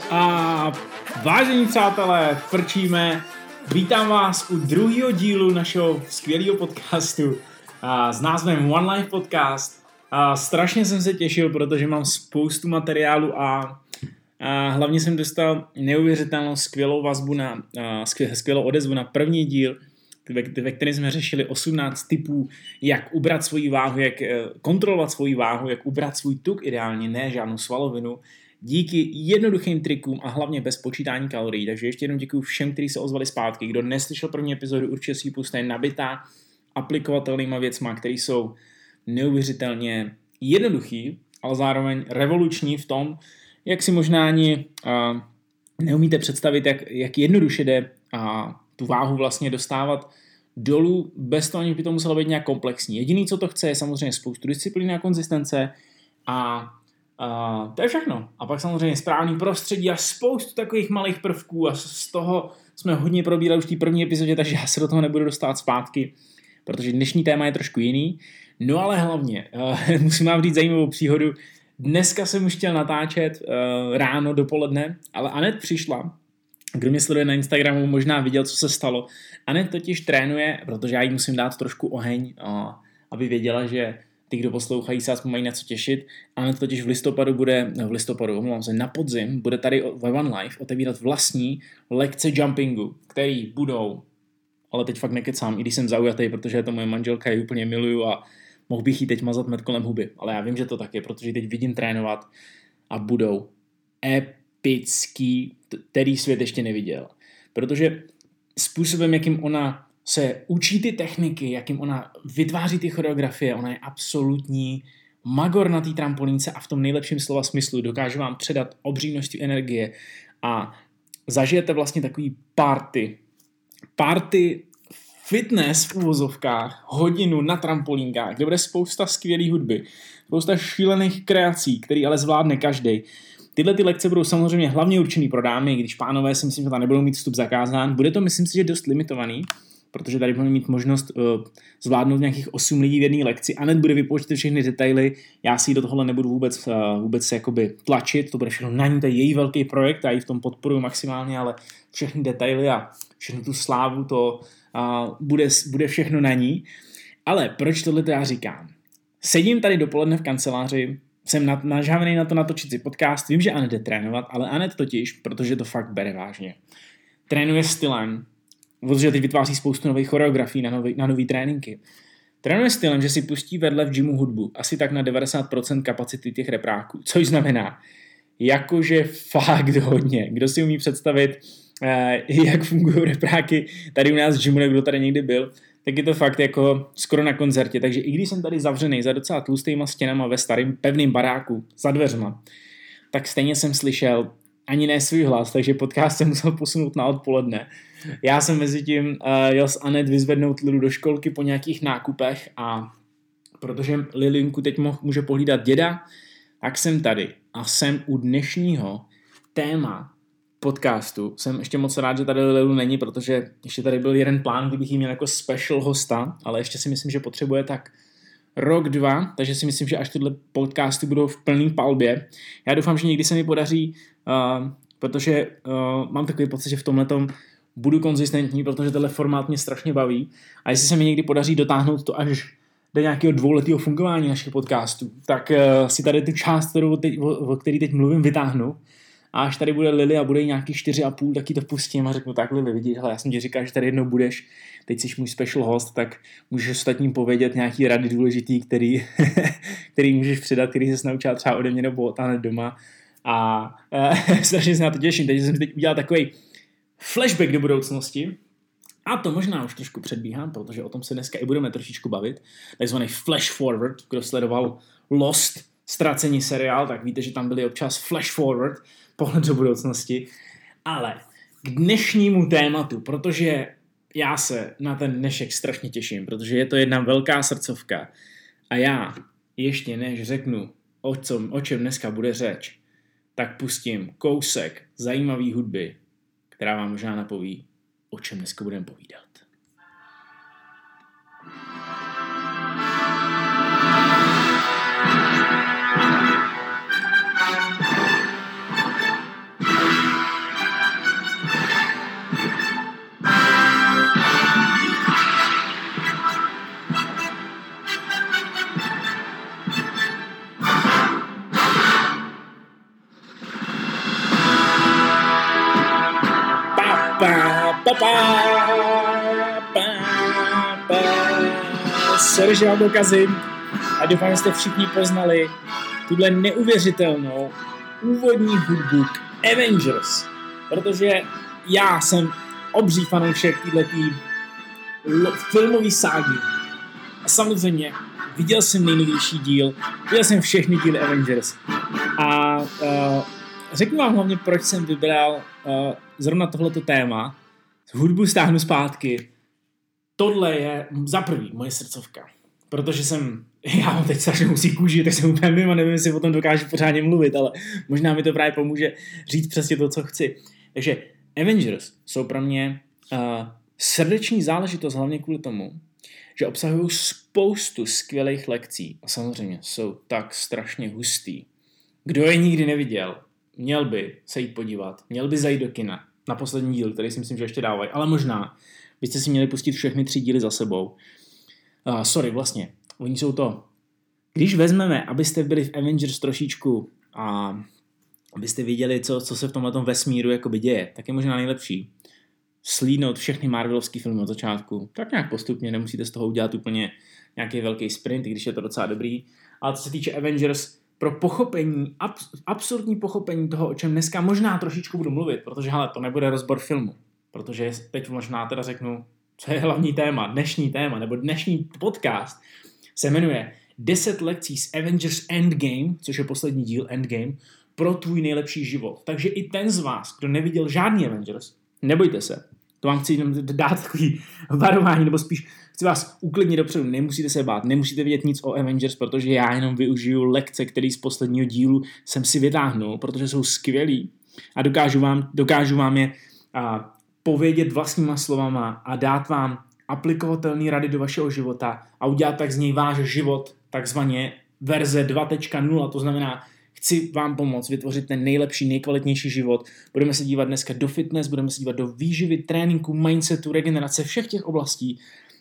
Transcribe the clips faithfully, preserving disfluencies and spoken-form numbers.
A vážení přátelé, frčíme, vítám vás u druhého dílu našeho skvělého podcastu a s názvem One Life Podcast. A strašně jsem se těšil, protože mám spoustu materiálu a, a hlavně jsem dostal neuvěřitelnou skvělou vazbu na, a, skvělou odezvu na první díl, ve, ve kterém jsme řešili osmnáct tipů, jak ubrat svoji váhu, jak kontrolovat svoji váhu, jak ubrat svůj tuk ideálně, ne žádnou svalovinu, díky jednoduchým trikům a hlavně bez počítání kalorií. Takže ještě jednou děkuji všem, kteří se ozvali zpátky. Kdo neslyšel první epizodu, určitě si ji puste, je nabitá aplikovatelnýma věcma, které jsou neuvěřitelně jednoduchý, ale zároveň revoluční v tom, jak si možná ani uh, neumíte představit, jak, jak jednoduše jde a tu váhu vlastně dostávat dolů, bez toho, aniž by to muselo být nějak komplexní. Jediný, co to chce, je samozřejmě spoustu disciplíny a konzistence a Uh, to je všechno. A pak samozřejmě správný prostředí a spoustu takových malých prvků a z toho jsme hodně probírali už v té první epizodě, takže já se do toho nebudu dostávat zpátky, protože dnešní téma je trošku jiný. No ale hlavně, uh, musím vám říct zajímavou příhodu. Dneska jsem už chtěl natáčet uh, ráno, dopoledne, ale Anet přišla. Kdo mě sleduje na Instagramu, možná viděl, co se stalo. Anet totiž trénuje, protože já jí musím dát trošku oheň, uh, aby věděla, že ty, kdo poslouchají, se aspoň mají na co těšit. Anet totiž v listopadu bude, v listopadu, omlouvám se, na podzim, bude tady ve One Life otevírat vlastní lekce jumpingu, který budou, ale teď fakt nekecám, i když jsem zaujatý, protože je to moje manželka, ji úplně miluju a mohl bych jí teď mazat med kolem huby. Ale já vím, že to tak je, protože teď vidím trénovat a budou epický, který svět ještě neviděl. Protože způsobem, jakým ona se učí ty techniky, jakým ona vytváří ty choreografie, ona je absolutní magor na té trampolínce a v tom nejlepším slova smyslu dokáže vám předat obří množství energie a zažijete vlastně takový party, party fitness v uvozovkách, hodinu na trampolínkách, kde bude spousta skvělý hudby, spousta šílených kreací, který ale zvládne každej. Tyhle ty lekce budou samozřejmě hlavně určený pro dámy, když pánové si myslím, že tam nebudou mít vstup zakázán. Bude to, myslím si, že dost limitovaný, protože tady budeme mít možnost uh, zvládnout nějakých osm lidí v jedné lekci. Anet bude vypočítat všechny detaily, já si do tohohle nebudu vůbec, uh, vůbec jakoby tlačit, to bude všechno na ní, to je její velký projekt, já ji v tom podporuji maximálně, ale všechny detaily a všechnu tu slávu, to uh, bude, bude všechno na ní. Ale proč tohle já říkám? Sedím tady dopoledne v kanceláři, jsem na, nažávený na to natočit si podcast, vím, že Anet jde trénovat, ale Anet totiž, protože to fakt bere vážně, trénuje stylem, protože teď vytváří spoustu nových choreografií na nový, na nový tréninky. Trénuje stylem, že si pustí vedle v gymu hudbu, asi tak na devadesát procent kapacity těch repráků, což znamená, jakože fakt hodně. Kdo si umí představit, eh, jak fungují repráky tady u nás v gymu, kdo tady někdy byl, tak je to fakt jako skoro na koncertě. Takže i když jsem tady zavřený za docela tlustýma stěnama ve starém pevném baráku za dveřma, tak stejně jsem slyšel ani ne svůj hlas, takže podcast jsem musel posunout na odpoledne. Já jsem mezi tím uh, jel s Anet vyzvednout Lilu do školky po nějakých nákupech a protože Lilinku teď moh, může pohlídat děda, tak jsem tady a jsem u dnešního téma podcastu. Jsem ještě moc rád, že tady Lilu není, protože ještě tady byl jeden plán, kdybych jí měl jako special hosta, ale ještě si myslím, že potřebuje tak rok, dva, takže si myslím, že až tyhle podcasty budou v plný palbě. Já doufám, že někdy se mi podaří, uh, protože uh, mám takový pocit, že v tomhletom budu konzistentní, protože tenhle formát mě strašně baví a jestli se mi někdy podaří dotáhnout to až do nějakého dvouletého fungování našich podcastů, tak uh, si tady tu část, kterou teď, o, o který teď mluvím, vytáhnu a až tady bude Lily a bude jí nějaký čtyři a půl, tak jí to pustím a řeknu, tak Lily, vidíš, hele, já jsem ti říkal, že tady jednou budeš, teď jsi můj special host, tak můžeš ostatním povědět nějaký rady důležitý, který, který můžeš předat, který jsi naučil třeba ode mě nebo od Anet doma a uh, strašně se na to těším, takže jsem teď udělal takový flashback do budoucnosti a to možná už trošku předbíhám, protože o tom se dneska i budeme trošičku bavit, takzvaný flash forward, kdo sledoval Lost, ztracení seriál, tak víte, že tam byly občas flash forward, pohled do budoucnosti, ale k dnešnímu tématu, protože já se na ten dnešek strašně těším, protože je to jedna velká srdcovka a já ještě než řeknu, o, co, o čem dneska bude řeč, tak pustím kousek zajímavý hudby, která vám možná napoví, o čem dneska budeme povídat. Pa, pa, pa, pa, pa. Sorry, že vám dokazím. A doufám, že jste všichni poznali tuhle neuvěřitelnou úvodní hudbu k Avengers. Protože já jsem obří fanoušek této filmové ságy. A samozřejmě viděl jsem nejnovější díl, viděl jsem všechny díly Avengers. A uh, řeknu vám hlavně, proč jsem vybral uh, zrovna tohleto téma. Hudbu stáhnu zpátky. Tohle je za prvý moje srdcovka. Protože jsem, já mám teď strašně husí kůži, tak jsem úplně mimo, nevím, jestli o tom dokážu pořádně mluvit, ale možná mi to právě pomůže říct přesně to, co chci. Takže Avengers jsou pro mě uh, srdeční záležitost hlavně kvůli tomu, že obsahují spoustu skvělých lekcí a samozřejmě jsou tak strašně hustý. Kdo je nikdy neviděl, měl by se jít podívat, měl by zajít do kina na poslední díl, který si myslím, že ještě dávají, ale možná byste si měli pustit všechny tři díly za sebou. Uh, sorry, vlastně, oni jsou to. Když vezmeme, abyste byli v Avengers trošičku a abyste viděli, co, co se v tomhletom vesmíru jakoby děje, tak je možná nejlepší slídnout všechny Marvelovský filmy od začátku. Tak nějak postupně, nemusíte z toho udělat úplně nějaký velký sprint, i když je to docela dobrý. Ale co se týče Avengers, pro pochopení, abs- absurdní pochopení toho, o čem dneska možná trošičku budu mluvit, protože hele, to nebude rozbor filmu, protože teď možná teda řeknu, co je hlavní téma, dnešní téma, nebo dnešní podcast se jmenuje deset lekcí z Avengers Endgame, což je poslední díl Endgame, pro tvůj nejlepší život. Takže i ten z vás, kdo neviděl žádný Avengers, nebojte se, to vám chci jenom dát takový varování, nebo spíš chci vás uklidnit dopředu, nemusíte se bát, nemusíte vědět nic o Avengers, protože já jenom využiju lekce, které z posledního dílu jsem si vytáhnul, protože jsou skvělý a dokážu vám, dokážu vám je a, povědět vlastníma slovama a dát vám aplikovatelné rady do vašeho života a udělat tak z něj váš život, takzvaně verze dva tečka nula, to znamená, chci vám pomoct vytvořit ten nejlepší, nejkvalitnější život. Budeme se dívat dneska do fitness, budeme se dívat do výživy, tréninku, mindsetu, regenerace, všech těch oblastí.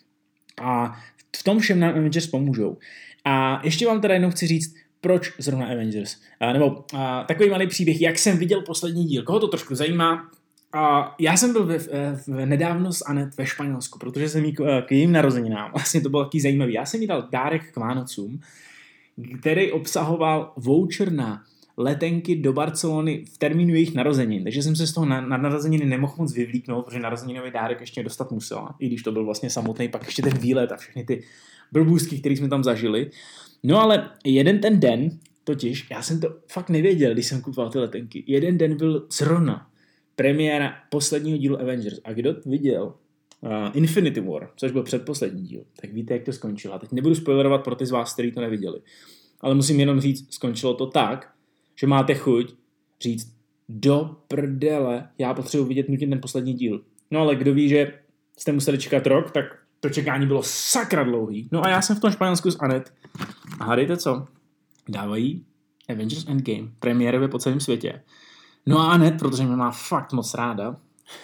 A v tom všem nám Avengers pomůžou. A ještě vám teda jednou chci říct, proč zrovna Avengers. A, nebo a, takový malý příběh, jak jsem viděl poslední díl. Koho to trošku zajímá? A já jsem byl ve, v, nedávno s Anet ve Španělsku, protože jsem jí k, k jejím narozeninám. Vlastně to bylo taky zajímavý. Já jsem jí dal dárek k Vánocům, který obsahoval voucher na letenky do Barcelony v termínu jejich narozenin. Takže jsem se z toho na, na narozeniny nemohl moc vyvlíknout, protože narozeninový dárek ještě dostat musela. I když to byl vlastně samotný, pak ještě ten výlet a všechny ty blbůzky, které jsme tam zažili. No ale jeden ten den, totiž, já jsem to fakt nevěděl, když jsem kupoval ty letenky. Jeden den byl zrovna premiéra posledního dílu Avengers. A kdo viděl uh, Infinity War, což byl předposlední díl, tak víte, jak to skončilo. A teď nebudu spoilerovat pro ty z vás, kteří to neviděli. Ale musím jenom říct, skončilo to tak, že máte chuť říct do prdele, já potřebuji vidět nutně ten poslední díl. No ale kdo ví, že jste museli čekat rok, tak to čekání bylo sakra dlouhý. No a já jsem v tom Španělsku s Anet. A hádejte co? Dávají Avengers Endgame premiérově po celém světě. No a Anet, protože mě má fakt moc ráda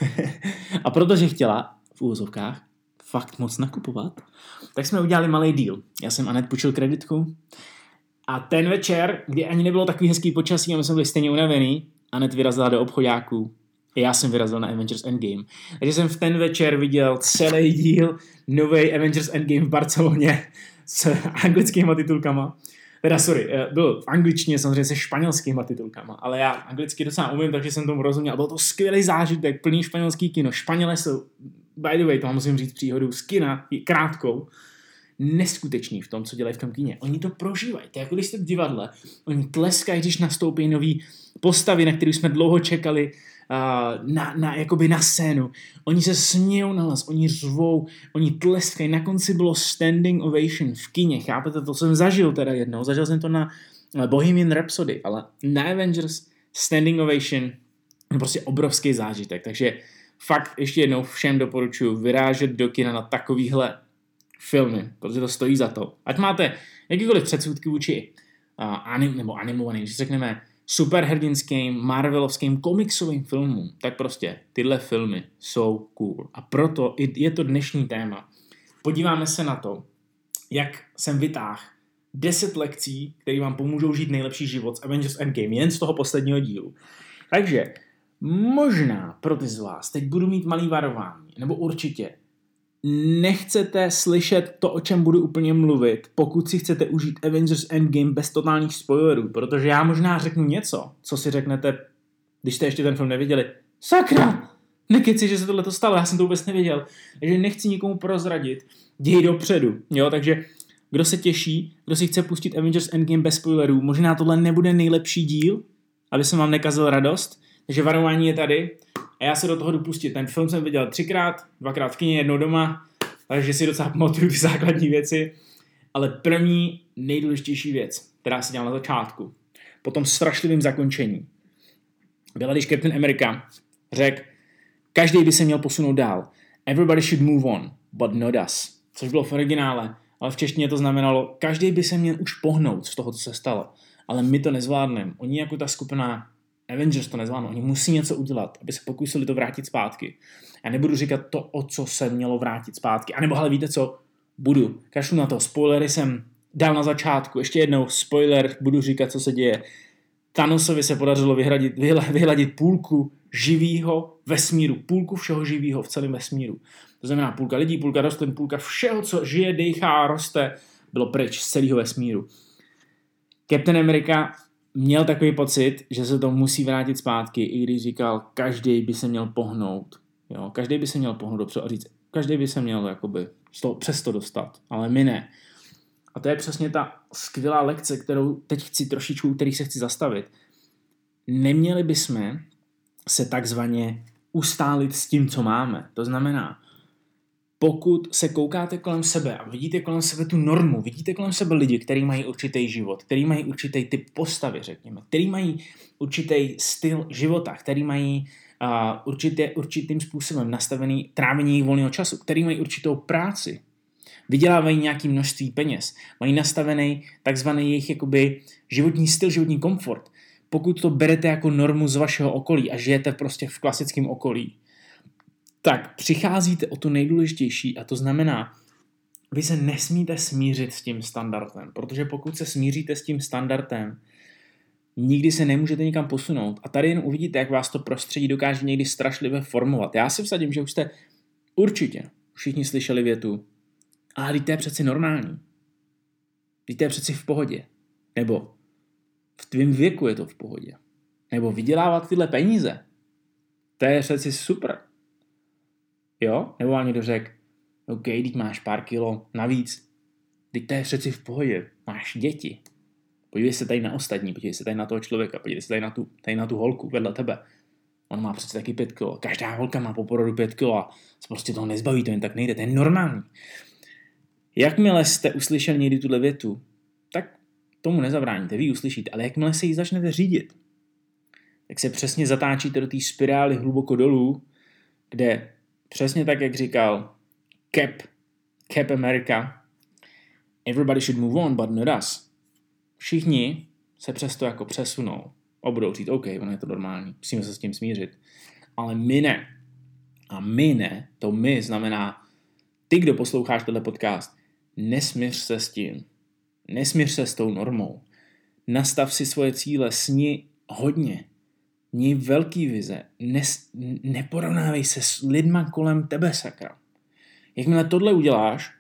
a protože chtěla v úvozovkách fakt moc nakupovat, tak jsme udělali malý deal. Já jsem Anet půjčil kreditku a ten večer, kdy ani nebylo takový hezký počasí a my jsme byli stejně unavený, Anet vyrazila do obchodáků a já jsem vyrazil na Avengers Endgame. Takže jsem v ten večer viděl celý díl nový Avengers Endgame v Barceloně s anglickýma titulkama. Teda sorry, byl v angličtině samozřejmě se španělskýma titulkama, ale já anglicky docela umím, takže jsem tomu rozuměl. A byl to skvělý zážitek, plný španělský kino. Španělé jsou, by the way, to musím říct příhodu, z kina, krátkou, neskutečný v tom, co dělají v tom kině. Oni to prožívají. To je jako když jste v divadle, oni tleskají, když nastoupí nový postavy, na které jsme dlouho čekali, na, na, jakoby na scénu. Oni se smějou na hlas, oni řvou, oni tleskají. Na konci bylo standing ovation v kině, chápete? To jsem zažil teda jednou. Zažil jsem to na Bohemian Rhapsody, ale na Avengers standing ovation je prostě obrovský zážitek. Takže fakt ještě jednou všem doporučuji vyrážet do kina na takovýhle filmy, protože to stojí za to. Ať máte jakýkoliv předsudky vůči uh, anim, nebo animovaným, když řekneme superhrdinským, marvelovským, komiksovým filmům, tak prostě tyhle filmy jsou cool. A proto je to dnešní téma. Podíváme se na to, jak jsem vytáhl deset lekcí, které vám pomůžou žít nejlepší život z Avengers Endgame, jen z toho posledního dílu. Takže Možná pro ty z vás teď budu mít malý varování, nebo určitě nechcete slyšet to, o čem budu úplně mluvit, pokud si chcete užít Avengers Endgame bez totálních spoilerů, protože já možná řeknu něco, co si řeknete, když jste ještě ten film neviděli. Sakra! Nekeci, že se tohle to stalo, já jsem to vůbec nevěděl. Takže nechci nikomu prozradit děj dopředu, jo, takže kdo se těší, kdo si chce pustit Avengers Endgame bez spoilerů, možná tohle nebude nejlepší díl, aby jsem vám nekazil radost, takže varování je tady a já se do toho jdu pustit. Ten film jsem viděl třikrát, dvakrát v kině, jednou doma, takže si docela pamatuju ty základní věci, ale první nejdůležitější věc, která se dělala na začátku, po tom strašlivém zakončení, byla, když Captain America řekl, každý by se měl posunout dál. Everybody should move on, but not us. Což bylo v originále, ale v češtině to znamenalo, každý by se měl už pohnout z toho, co se stalo. Ale my to nezvládneme. Oni jako ta skupina Avengers to nezvládnou. Oni musí něco udělat, aby se pokusili to vrátit zpátky. Já nebudu říkat to, o co se mělo vrátit zpátky. A nebo ale víte co? Budu. Kašlu na to. Spoilery jsem dal na začátku. Ještě jednou spoiler, budu říkat, co se děje. Thanosovi se podařilo vyhradit, vyhladit půlku živýho vesmíru. Půlku všeho živýho v celém vesmíru. To znamená půlka lidí, půlka rostlin, půlka všeho, co žije, dýchá, roste, bylo pryč z celého vesmíru. Captain America měl takový pocit, že se to musí vrátit zpátky, i když říkal, každý by se měl pohnout. Jo? Každý by se měl pohnout dopředu a říct, každý by se měl jakoby z toho, přes to dostat, ale my ne. A to je přesně ta skvělá lekce, kterou teď chci trošičku, který se chci zastavit. Neměli bychom se takzvaně ustálit s tím, co máme. To znamená, pokud se koukáte kolem sebe a vidíte kolem sebe tu normu, vidíte kolem sebe lidi, kteří mají určitý život, kteří mají určitý typ postavy, řekněme, kteří mají určitý styl života, kteří mají uh, určitě, určitým způsobem nastavený trávení jejich volného času, kteří mají určitou práci, vydělávají nějaké množství peněz, mají nastavený takzvaný jejich jakoby životní styl, životní komfort. Pokud to berete jako normu z vašeho okolí a žijete prostě v klasickém okolí, tak přicházíte o to nejdůležitější a to znamená, vy se nesmíte smířit s tím standardem, protože pokud se smíříte s tím standardem, nikdy se nemůžete nikam posunout a tady jen uvidíte, jak vás to prostředí dokáže někdy strašlivě formovat. Já si vsadím, že už jste určitě všichni slyšeli větu, ale to je přeci normální. To je přeci v pohodě. Nebo v tvém věku je to v pohodě. Nebo vydělávat tyhle peníze. To je přeci super. Jo? Nebo vám někdo řekl, OK, teď máš pár kilo navíc. Teď to je přeci v pohodě. Máš děti. Podívej se tady na ostatní, podívej se tady na toho člověka, podívej se tady na tu, tady na tu holku vedle tebe. On má přece taky pět kilo. Každá holka má po porodu pět kilo a prostě toho nezbaví, to jen tak nejde. To je normální. Jakmile jste uslyšeli někdy tuhle větu, tak tomu nezabráníte, vy ji uslyšíte, ale jakmile se ji začnete řídit, tak se přesně zatáčíte do té spirály hluboko dolů, kde přesně tak, jak říkal Cap, Cap America, everybody should move on, but not us. Všichni se přesto jako přesunou a budou říct, OK, ono je to normální, musíme se s tím smířit, ale my ne. A my ne, to my znamená ty, kdo posloucháš tenhle podcast, nesmíř se s tím. Nesmíř se s tou normou. Nastav si svoje cíle, sni hodně. Měj velký vize. Nes, neporovnávej se s lidma kolem tebe, sakra. Jakmile tohle uděláš,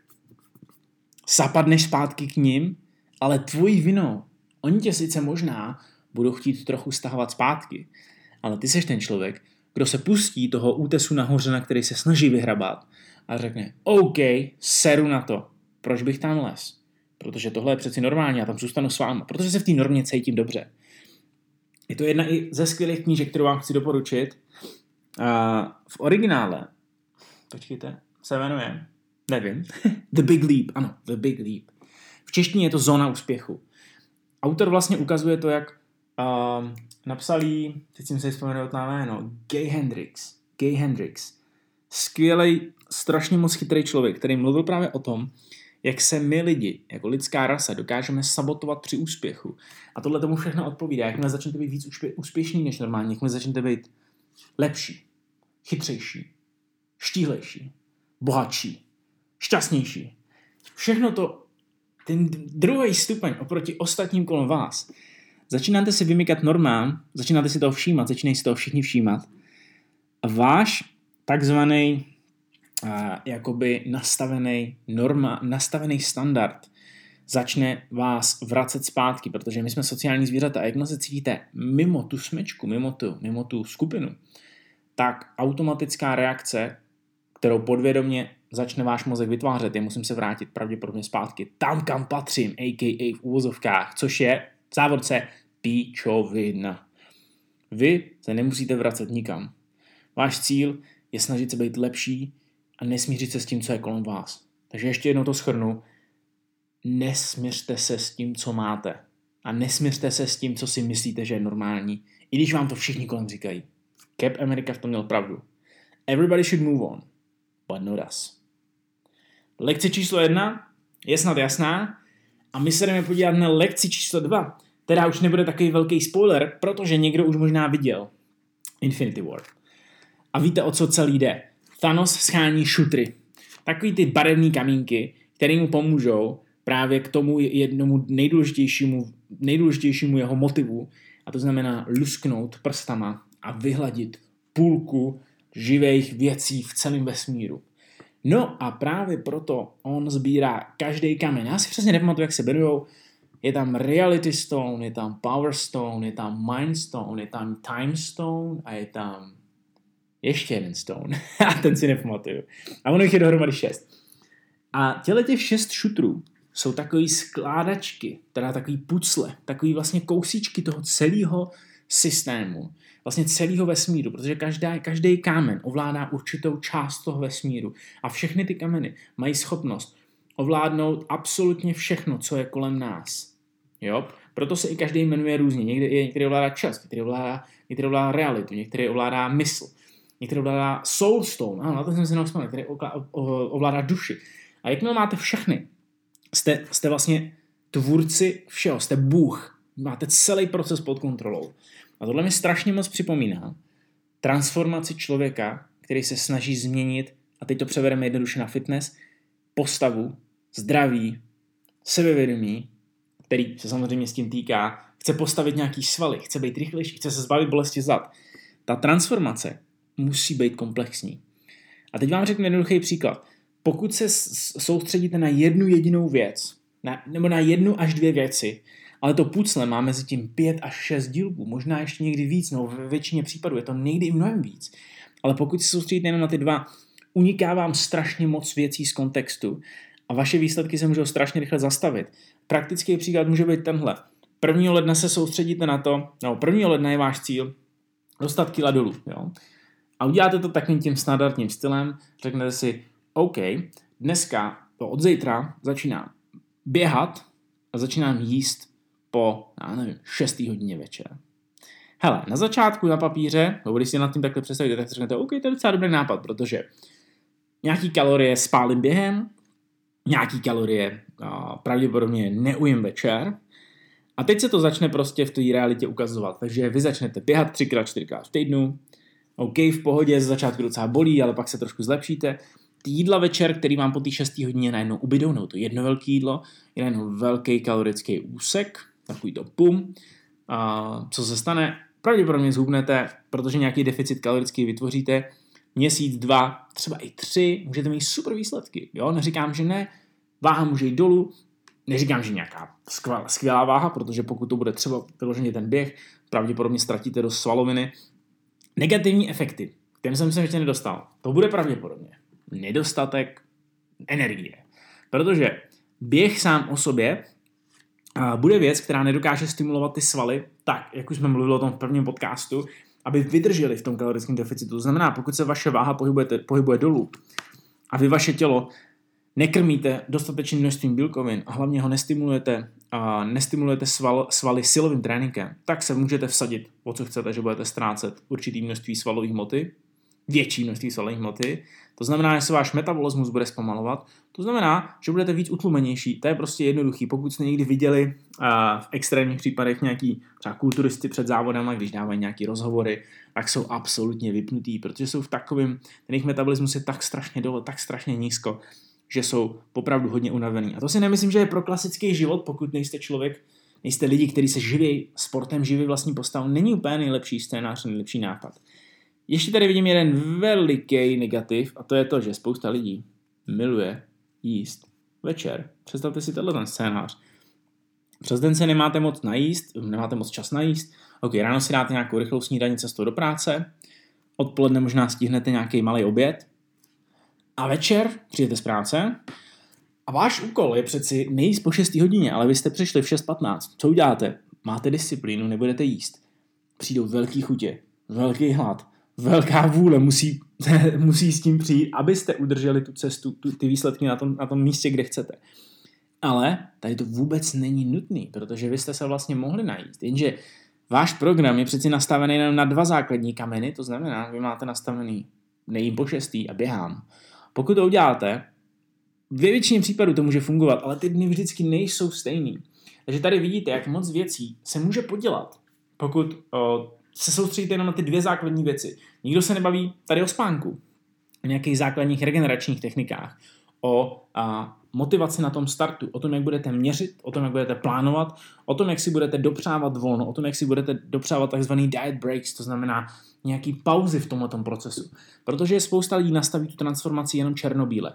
zapadneš zpátky k ním, ale tvojí vinou. Oni tě sice možná budou chtít trochu stahovat zpátky, ale ty seš ten člověk, kdo se pustí toho útesu nahoře, na který se snaží vyhrabat a řekne, OK, seru na to. Proč bych tam les? Protože tohle je přeci normální, já tam zůstanu s vámi, protože se v té normě cítím dobře. Je to jedna i ze skvělých knížek, kterou vám chci doporučit. Uh, v originále, počkejte, se jmenuje, nevím, The Big Leap, ano, The Big Leap. V češtině je to Zóna úspěchu. Autor vlastně ukazuje to, jak uh, napsal jí, teď jsem se vzpomenout na jméno, Gay Hendricks. Gay Hendricks. Skvělej, strašně moc chytrý člověk, který mluvil právě o tom, jak se my lidi, jako lidská rasa, dokážeme sabotovat při úspěchu. A tohle tomu všechno odpovídá. Jakmile začnete být víc úspě- úspěšný než normálně, jakmile začnete být lepší, chytřejší, štíhlejší, bohatší, šťastnější. Všechno to, ten druhý stupeň oproti ostatním kolem vás, začínáte si vymykat normám, začínáte si toho všímat, začínají si toho všichni všímat a váš takzvaný uh, jakoby nastavený norma, nastavený standard začne vás vracet zpátky, protože my jsme sociální zvířata a jakmile se cítíte mimo tu smečku, mimo tu, mimo tu skupinu, tak automatická reakce, kterou podvědomě začne váš mozek vytvářet, je musím se vrátit pravděpodobně zpátky tam, kam patřím, a k a v úvozovkách, což je v závorce píčovina. Vy se nemusíte vracet nikam. Váš cíl je snažit se být lepší a nesmířit se s tím, co je kolem vás. Takže ještě jednou to shrnu. Nesmířte se s tím, co máte. A nesmířte se s tím, co si myslíte, že je normální. I když vám to všichni kolem říkají. Cap America v tom měl pravdu. Everybody should move on, but not us. Lekce číslo jedna je snad jasná a my se jdeme podívat na lekci číslo dva, která už nebude takový velký spoiler, protože někdo už možná viděl Infinity War. A víte, o co celý jde. Thanos schání šutry. Takový ty barevný kamínky, které mu pomůžou právě k tomu jednomu nejdůležitějšímu, nejdůležitějšímu jeho motivu, a to znamená lusknout prstama a vyhladit půlku živých věcí v celém vesmíru. No a právě proto on sbírá každý kamen. Já si přesně nepamatuju, jak se jmenujou. Je tam Reality Stone, je tam Power Stone, je tam Mind Stone, je tam Time Stone a je tam ještě jeden stone. A ten si nepamatuju. A ono jich je dohromady šest. A těle těch šest šutrů jsou takový skládačky, teda takový pucle, takový vlastně kousíčky toho celého systému, vlastně celého vesmíru, protože každá, každý kámen ovládá určitou část toho vesmíru a všechny ty kameny mají schopnost ovládnout absolutně všechno, co je kolem nás. Jo? Proto se i každý jmenuje různě. Někdy, některý ovládá čas, některý ovládá, některý ovládá realitu, některý ovládá mysl, některý ovládá soulstone, ano, na to jsem si nevzpomněl, který ovládá duši. A jakmile máte všechny, jste, jste vlastně tvůrci všeho, jste Bůh, máte celý proces pod kontrolou. A tohle mi strašně moc připomíná transformaci člověka, který se snaží změnit, a teď to převedeme jednoduše na fitness, postavu, zdraví, sebevědomí, který se samozřejmě s tím týká, chce postavit nějaký svaly, chce být rychlejší, chce se zbavit bolesti zad. Ta transformace musí být komplexní. A teď vám řeknu jednoduchý příklad. Pokud se soustředíte na jednu jedinou věc, na, nebo na jednu až dvě věci, ale to pucle má mezi tím pět až šest dílků, možná ještě někdy víc, no ve většině případů je to někdy i mnohem víc. Ale pokud se soustředíte jenom na ty dva, uniká vám strašně moc věcí z kontextu a vaše výsledky se můžou strašně rychle zastavit. Praktický příklad může být tenhle. prvního ledna se soustředíte na to, no prvního ledna je váš cíl dostat kila dolů, jo. A uděláte to takovým tím standardním stylem, řeknete si, OK, dneska, to od zítra začínám běhat a začínám jíst po, já nevím, šestý hodině večer. Hele, na začátku na papíře, nebo když si nad tím takhle představíte, tak si řeknete, OK, to je docela dobrý nápad, protože nějaký kalorie spálím během, nějaký kalorie a, pravděpodobně neujím večer a teď se to začne prostě v té realitě ukazovat. Takže vy začnete běhat třikrát, čtyřikrát v týdnu, OK, v pohodě, z začátku docela bolí, ale pak se trošku zlepšíte. Ty jídla večer, který vám po té šestý hodině najednou ubydou, no to jedno velké jídlo, je najednou velký kalorický úsek, takový to pum. A co se stane? Pravděpodobně zhubnete, protože nějaký deficit kalorický vytvoříte. Měsíc, dva, třeba i tři, můžete mít super výsledky. Jo? Neříkám, že ne, váha může jít dolů, neříkám, že nějaká skvělá, skvělá váha, protože pokud to bude třeba vyloženě ten běh, pravděpodobně ztratíte do svaloviny. Negativní efekty, kterým jsem se ještě nedostal, to bude pravděpodobně nedostatek energie. Protože běh sám o sobě bude věc, která nedokáže stimulovat ty svaly tak, jak už jsme mluvili o tom v prvním podcastu, aby vydrželi v tom kalorickém deficitu. To znamená, pokud se vaše váha pohybuje dolů a vy vaše tělo nekrmíte dostatečným množstvím bílkovin a hlavně ho nestimulujete, a nestimulujete sval, svaly silovým tréninkem, tak se můžete vsadit, o co chcete, že budete ztrácet určitý množství svalové hmoty, větší množství svalové hmoty. To znamená, že se váš metabolismus bude zpomalovat. To znamená, že budete víc utlumenější. To je prostě jednoduchý. Pokud jste někdy viděli uh, v extrémních případech nějaký třeba kulturisty před závodama, když dávají nějaký rozhovory, tak jsou absolutně vypnutí, protože jsou v takovém, ten jejich metabolismus je tak strašně dole, tak strašně nízko, že jsou opravdu hodně unavený. A to si nemyslím, že je pro klasický život, pokud nejste člověk, nejste lidi, kteří se živí sportem, živí vlastní postavou, není úplně nejlepší scénář, nejlepší nápad. Ještě tady vidím jeden veliký negativ a to je to, že spousta lidí miluje jíst večer. Představte si tenhle ten scénář. Přes den se nemáte moc najíst, nemáte moc čas najíst, ok, ráno si dáte nějakou rychlou snídaní cestou do práce, odpoledne možná stihnete nějaký malý oběd a večer přijdete z práce a váš úkol je přeci nejíst po šesté hodině, ale vy jste přišli v šest patnáct. Co uděláte? Máte disciplínu, nebudete jíst. Přijdou velký chutě, velký hlad, velká vůle musí, musí s tím přijít, abyste udrželi tu cestu, tu, ty výsledky na tom, na tom místě, kde chcete. Ale tady to vůbec není nutný, protože vy jste se vlastně mohli najíst. Jenže váš program je přeci nastavený jenom na dva základní kameny, to znamená, vy máte nastavený nejím po šestý a běhám. Pokud to uděláte, ve většině případů to může fungovat, ale ty dny vždycky nejsou stejný. Takže tady vidíte, jak moc věcí se může podělat, pokud o, se soustředíte jenom na ty dvě základní věci. Nikdo se nebaví tady o spánku, o nějakých základních regeneračních technikách, o a, motivaci na tom startu, o tom, jak budete měřit, o tom, jak budete plánovat, o tom, jak si budete dopřávat volno, o tom, jak si budete dopřávat takzvaný diet breaks, to znamená nějaký pauzy v tomto procesu. Protože spousta lidí nastaví tu transformaci jenom černobíle.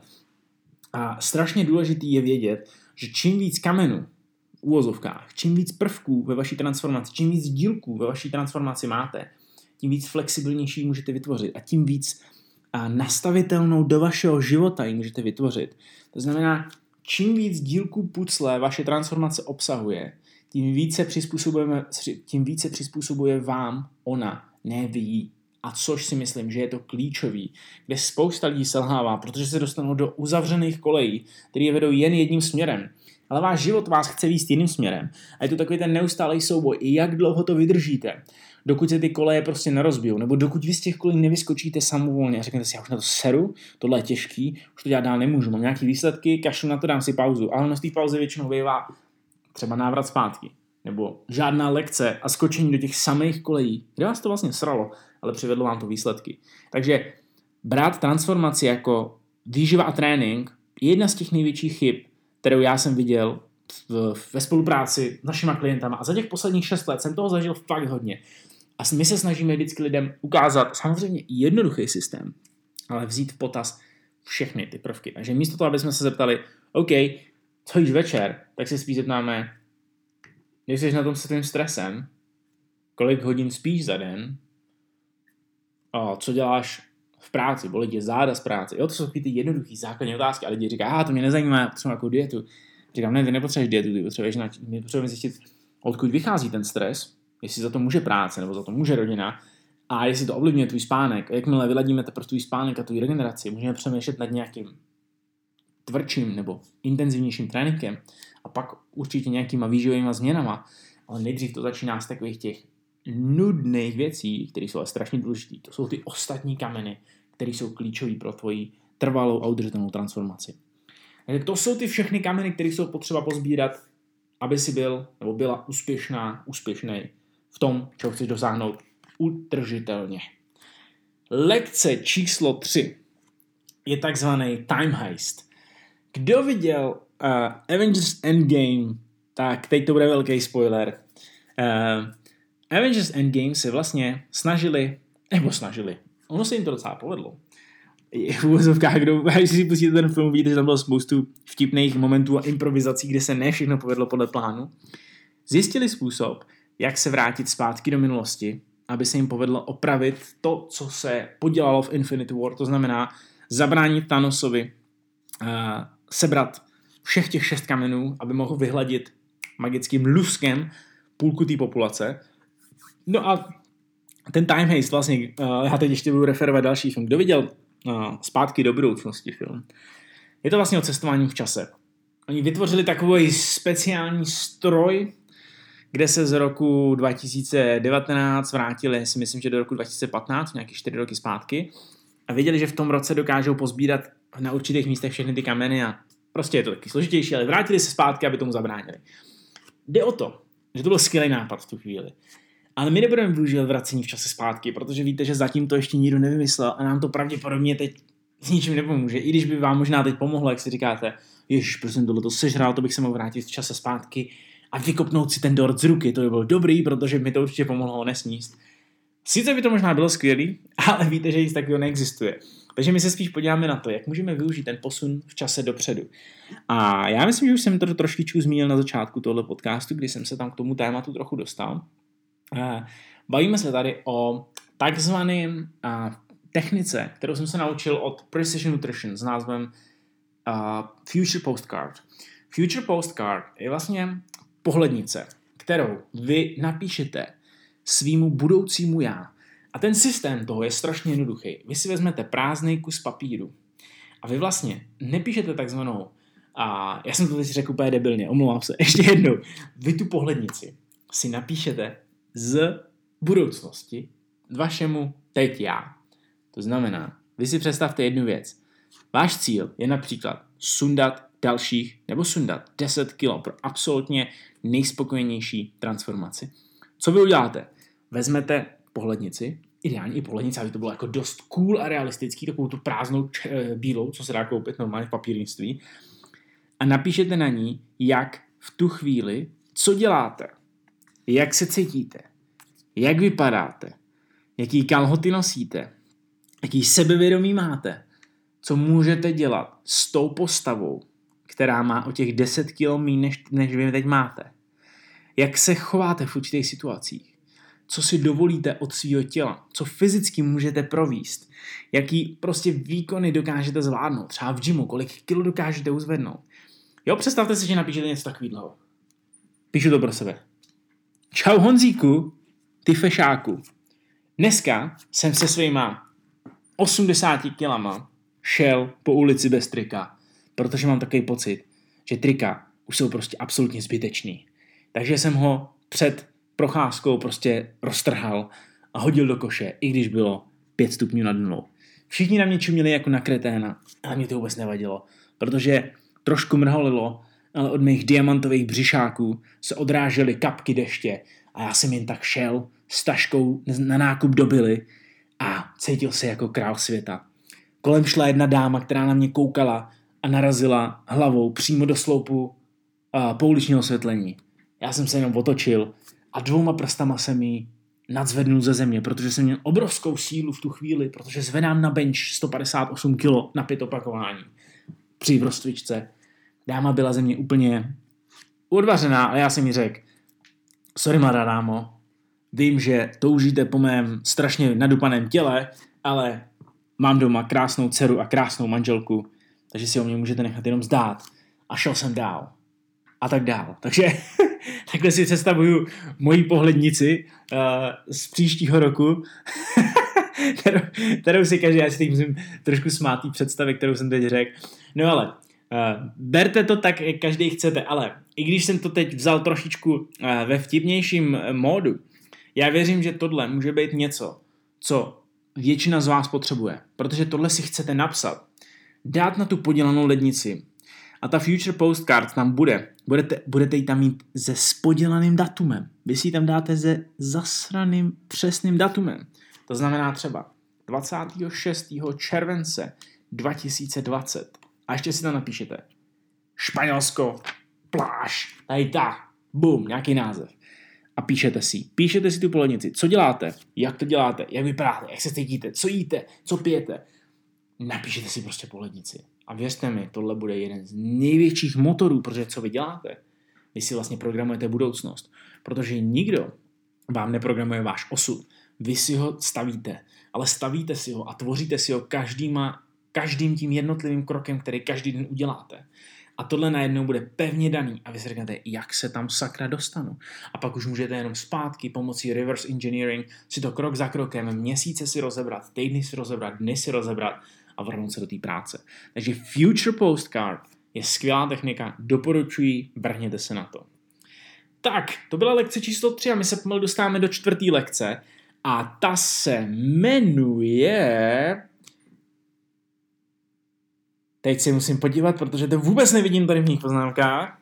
A strašně důležitý je vědět, že čím víc kamenů v úvozovkách, čím víc prvků ve vaší transformaci, čím víc dílků ve vaší transformaci máte, tím víc flexibilnější můžete vytvořit a tím víc a nastavitelnou do vašeho života ji můžete vytvořit. To znamená, čím víc dílků pucle vaše transformace obsahuje, tím více přizpůsobujeme, tím více přizpůsobuje vám ona, ne vy jí. A což si myslím, že je to klíčový, kde spousta lidí selhává, protože se dostanou do uzavřených kolejí, které vedou jen jedním směrem. Ale váš život vás chce vést jiným směrem. A je to takový ten neustálý souboj. I jak dlouho to vydržíte, dokud se ty koleje prostě nerozbijou, nebo dokud vy z těch kolejí nevyskočíte samovolně a řeknete si, já už na to seru, tohle je těžký, už to dělat dál nemůžu, mám nějaký výsledky, kašlu na to, dám si pauzu. Ale z té pauzy většinou bývá třeba návrat zpátky, nebo žádná lekce a skočení do těch samých kolejí, kde vás to vlastně sralo, ale přivedlo vám to výsledky. Takže brát transformaci jako výživa a trénink je jedna z těch největších chyb, kterou já jsem viděl v, ve spolupráci s našima klientama. A za těch posledních šest let jsem toho zažil fakt hodně. A my se snažíme vždycky lidem ukázat samozřejmě jednoduchý systém, ale vzít v potaz všechny ty prvky. Takže místo toho, aby jsme se zeptali, OK, co jíš večer, tak se spíš zeptáme, jak jsi na tom se tvým stresem, kolik hodin spíš za den, a co děláš v práci, bolí tě záda z práce. Jo, to jsou ty jednoduché základní otázky a lidi říkají, aha, to mě nezajímá, já potřebuji nějakou dietu. Říkám, ne, ty nepotřebuješ dietu, ty potřebuješ, na, my potřebujeme zjistit, odkud vychází ten stres, jestli za to může práce, nebo za to může rodina, a jestli to ovlivňuje tvůj spánek. A jakmile vyladíme teprve tvůj spánek a tvůj regeneraci, můžeme přemýšlet nad nějakým tvrdším nebo intenzivnějším tréninkem a pak určitě nějakýma výživovými změnama, ale nejdřív to začíná z takových těch nudných věcí, které jsou ale strašně důležité. To jsou ty ostatní kameny, které jsou klíčové pro tvoji trvalou a udržitelnou transformaci. Takže to jsou ty všechny kameny, které jsou potřeba pozbírat, aby si byl nebo byla úspěšná, úspěšný v tom, čeho chceš dosáhnout udržitelně. Lekce číslo tři je takzvaný time heist. Kdo viděl uh, Avengers Endgame, tak teď to bude velký spoiler. Uh, Avengers Endgame se vlastně snažili, nebo snažili, ono se jim to docela povedlo. V úvozovkách, kdo, když si pustíte ten film, vidíte, že tam bylo spoustu vtipných momentů a improvizací, kde se ne všechno povedlo podle plánu. Zjistili způsob, jak se vrátit zpátky do minulosti, aby se jim povedlo opravit to, co se podělalo v Infinity War, to znamená zabránit Thanosovi, uh, sebrat všech těch šest kamenů, aby mohl vyhladit magickým luskem půlku té populace. No a ten time heist vlastně, uh, já teď ještě budu referovat další film. Kdo viděl uh, Zpátky do budoucnosti film? Je to vlastně o cestování v čase. Oni vytvořili takový speciální stroj, kde se z roku dva tisíce devatenáct vrátili, si myslím, že do roku dva tisíce patnáct, nějaké čtyři roky zpátky, a věděli, že v tom roce dokážou pozbírat na určitých místech všechny ty kameny a prostě je to taky složitější, ale vrátili se zpátky, aby tomu zabránili. Jde o to, že to byl skvělý nápad v tu chvíli. Ale my nebudeme využívat vracení v čase zpátky, protože víte, že zatím to ještě nikdo nevymyslel a nám to pravděpodobně teď s ničím nepomůže. I když by vám možná teď pomohlo, jak si říkáte, ježiš, prosím, tohle to sežral, to bych se mohl vrátit v čase zpátky a a vykopnout si ten dort z ruky. To by bylo dobrý, protože mi to určitě pomohlo ho nesníst. Sice by to možná bylo skvělý, ale víte, že nic takového neexistuje. Takže my se spíš podíváme na to, jak můžeme využít ten posun v čase dopředu. A já myslím, že už jsem to trošičku zmínil na začátku tohle podcastu, kdy jsem se tam k tomu tématu trochu dostal. Bavíme se tady o takzvaném technice, kterou jsem se naučil od Precision Nutrition s názvem uh, Future Postcard. Future Postcard je vlastně pohlednice, kterou vy napíšete svýmu budoucímu já. A ten systém toho je strašně jednoduchý. Vy si vezmete prázdný kus papíru a vy vlastně nepíšete takzvanou, a já jsem to teď řekl úplně debilně, omlouvám se, ještě jednou. Vy tu pohlednici si napíšete z budoucnosti vašemu teď já. To znamená, vy si představte jednu věc. Váš cíl je například sundat dalších, nebo sundat deset kilo pro absolutně nejspokojenější transformaci. Co vy uděláte? Vezmete pohlednici, ideálně i pohlednici, aby to bylo jako dost cool a realistický, takovou tu prázdnou č- bílou, co se dá koupit normálně v papírnictví, a napíšete na ní, jak v tu chvíli, co děláte, jak se cítíte, jak vypadáte, jaký kalhoty nosíte, jaký sebevědomí máte, co můžete dělat s tou postavou, která má o těch deset kilo méně, než, než vy teď máte. Jak se chováte v určitých situacích, co si dovolíte od svého těla, co fyzicky můžete provést, jaký prostě výkony dokážete zvládnout, třeba v gymu, kolik kilo dokážete uzvednout. Jo, představte si, že napíšete něco takového. Píšu to pro sebe. Čau Honzíku, ty fešáku. Dneska jsem se svýma osmdesáti kilama šel po ulici bez trika, protože mám takový pocit, že trika už jsou prostě absolutně zbytečný. Takže jsem ho před procházkou prostě roztrhal a hodil do koše, i když bylo pět stupňů nad nulou. Všichni na mě čuměli jako na kreténa, ale mě to vůbec nevadilo, protože trošku mrholilo, ale od mých diamantových břišáků se odrážely kapky deště a já jsem jen tak šel s taškou na nákup do Billy a cítil se jako král světa. Kolem šla jedna dáma, která na mě koukala a narazila hlavou přímo do sloupu uh, pouličního osvětlení. Já jsem se jenom otočil a dvouma prstama jsem jí nadzvednul ze země, protože jsem měl obrovskou sílu v tu chvíli, protože zvedám na bench sto padesát osm kilo na pět opakování při rozcvičce. Dáma byla ze mě úplně odvařená, ale já jsem jí řekl, sorry mladá dámo, vím, že toužíte po mém strašně nadupaném těle, ale mám doma krásnou dceru a krásnou manželku, takže si o mě můžete nechat jenom zdát. A šel jsem dál. A tak dál. Takže takhle si představuju moji pohlednici uh, z příštího roku, kterou, kterou si každý, já si teď musím trošku smát tý představy, kterou jsem teď řekl. No ale, uh, berte to tak, jak každý chcete, ale i když jsem to teď vzal trošičku uh, ve vtipnějším módu, já věřím, že tohle může být něco, co většina z vás potřebuje, protože tohle si chcete napsat, dát na tu podělanou lednici a ta Future Postcard tam bude. Budete, budete ji tam mít se spodělaným datumem. Vy si ji tam dáte se zasraným přesným datumem. To znamená třeba dvacátého šestého července dva tisíce dvacet. A ještě si tam napíšete Španělsko, pláž, tady ta, bum, nějaký název. A píšete si, píšete si tu polednici, co děláte, jak to děláte, jak vypadáte, jak se cítíte, co jíte, co pijete. Napíšete si prostě polednici. A věřte mi, tohle bude jeden z největších motorů, protože co vy děláte? Vy si vlastně programujete budoucnost. Protože nikdo vám neprogramuje váš osud. Vy si ho stavíte, ale stavíte si ho a tvoříte si ho každýma, každým tím jednotlivým krokem, který každý den uděláte. A tohle najednou bude pevně daný a vy si řeknete, jak se tam sakra dostanu. A pak už můžete jenom zpátky pomocí reverse engineering si to krok za krokem měsíce si rozebrat, týdny si rozebrat, dny si rozebrat a vrhnout se do té práce. Takže Future Postcard je skvělá technika, doporučuji, vrhněte se na to. Tak, to byla lekce číslo tři a my se pomalu dostáváme do čtvrté lekce a ta se jmenuje... Teď si musím podívat, protože to vůbec nevidím tady v mých poznámkách.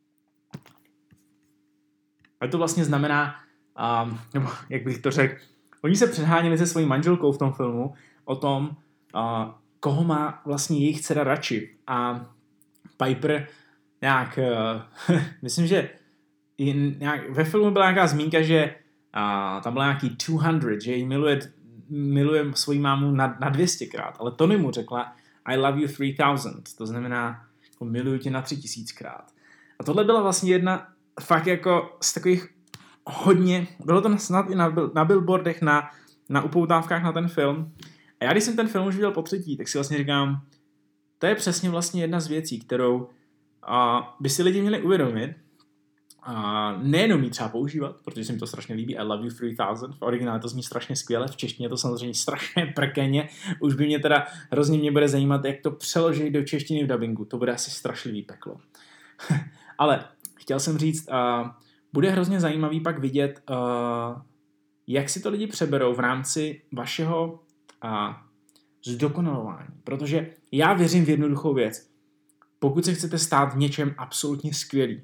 A to vlastně znamená, um, nebo jak bych to řekl, oni se předháněli se svojí manželkou v tom filmu o tom, uh, koho má vlastně jejich dcera radši. A Piper nějak, uh, myslím, že nějak, ve filmu byla nějaká zmínka, že a, tam byla nějaký two hundred, že jí miluje, miluje svoji mámu na, na dvě stě krát, ale Tony mu řekla I love you three thousand, to znamená jako miluju tě na tři tisíc krát. A tohle byla vlastně jedna fakt jako z takových hodně, bylo to snad i na, na billboardech, na, na upoutávkách na ten film. A já když jsem ten film už viděl po třetí, tak si vlastně říkám, to je přesně vlastně jedna z věcí, kterou a, by si lidi měli uvědomit, a nejenom ji třeba používat, protože se mi to strašně líbí, I love you three thousand, v originále to zní strašně skvěle, v češtině to samozřejmě strašně prkeně, už by mě teda hrozně mě bude zajímat, jak to přeložit do češtiny v dabingu, to bude asi strašlivý peklo. Ale chtěl jsem říct, uh, bude hrozně zajímavý pak vidět, uh, jak si to lidi přeberou v rámci vašeho uh, zdokonalování, protože já věřím v jednoduchou věc. Pokud se chcete stát v něčem absolutně skvělý,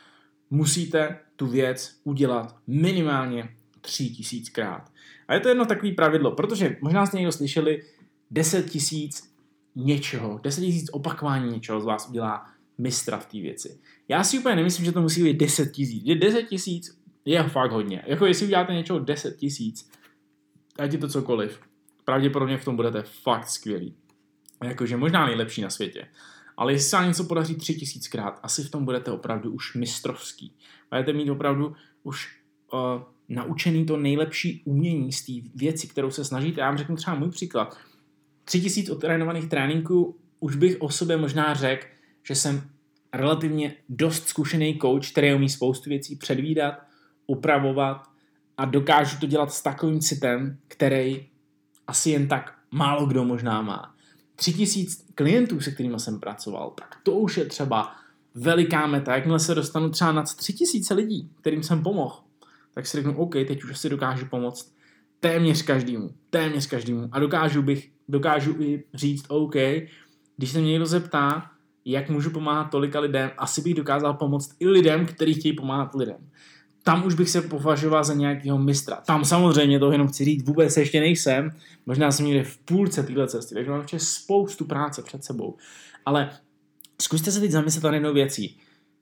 musíte tu věc udělat minimálně tři tisíckrát. A je to jedno takový pravidlo, protože možná jste někdo slyšeli, deset tisíc něčeho, deset tisíc opakování něčeho z vás udělá mistra v té věci. Já si úplně nemyslím, že to musí být deset tisíc. deset tisíc je fakt hodně. Jako jestli uděláte něčeho deset tisíc, ať je to cokoliv, pravděpodobně v tom budete fakt skvělý. Jakože možná nejlepší na světě. Ale jestli se vám něco podaří tři tisíckrát, asi v tom budete opravdu už mistrovský. Budete mít opravdu už uh, naučený to nejlepší umění z té věci, kterou se snažíte. Já vám řeknu třeba můj příklad. Tři tisíc odtrénovaných tréninků, už bych o sobě možná řekl, že jsem relativně dost zkušený coach, který umí spoustu věcí předvídat, upravovat a dokážu to dělat s takovým citem, který asi jen tak málo kdo možná má. Tři tisíc klientů, se kterými jsem pracoval, tak to už je třeba veliká meta. Jakmile se dostanu třeba nad tři tisíce lidí, kterým jsem pomohl, tak si řeknu, OK, teď už asi dokážu pomoct téměř každému, téměř každému. A dokážu, bych, dokážu i říct, OK, když se mě někdo zeptá, jak můžu pomáhat tolika lidem, asi bych dokázal pomoct i lidem, kteří chtějí pomáhat lidem. Tam už bych se považoval za nějakého mistra. Tam samozřejmě to jenom chci říct, vůbec ještě nejsem. Možná jsem někde v půlce téhle cesty, takže mám ještě spoustu práce před sebou. Ale zkuste se teď zamyslet na jednou věcí.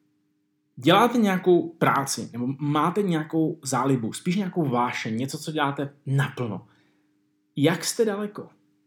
Děláte nějakou práci, nebo máte nějakou zálibu, spíš nějakou vášeň, něco, co děláte naplno. Jak jste daleko?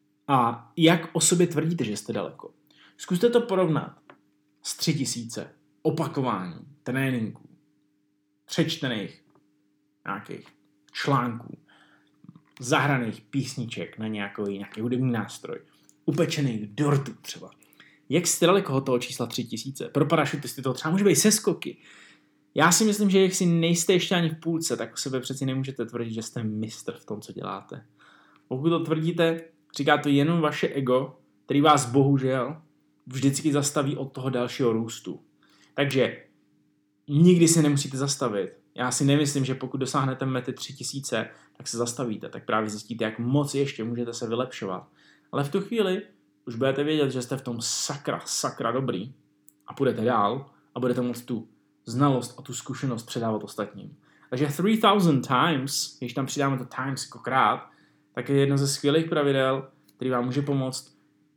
A jak o sobě tvrdíte, že jste daleko? Zkuste to porovnat s tři tisíce opakování, tréninků, přečtených nějakých článků, zahraných písniček na nějaký, nějaký hudební nástroj, upečených dortů třeba. Jak jste daleko od toho čísla tři tisíce? Pro parašutisty to třeba může být seskoky. Já si myslím, že jak si nejste ještě ani v půlce, tak o sebe přeci nemůžete tvrdit, že jste mistr v tom, co děláte. Pokud to tvrdíte, říká to jenom vaše ego, který vás bohužel vždycky zastaví od toho dalšího růstu. Takže nikdy se nemusíte zastavit. Já si nemyslím, že pokud dosáhnete mety tři tisíce, tak se zastavíte, tak právě zjistíte, jak moc ještě můžete se vylepšovat. Ale v tu chvíli už budete vědět, že jste v tom sakra, sakra dobrý a půjdete dál a budete moct tu znalost a tu zkušenost předávat ostatním. Takže three thousand times, když tam přidáme to times jako krát, tak je jedno ze skvělých pravidel, který vám může pomoct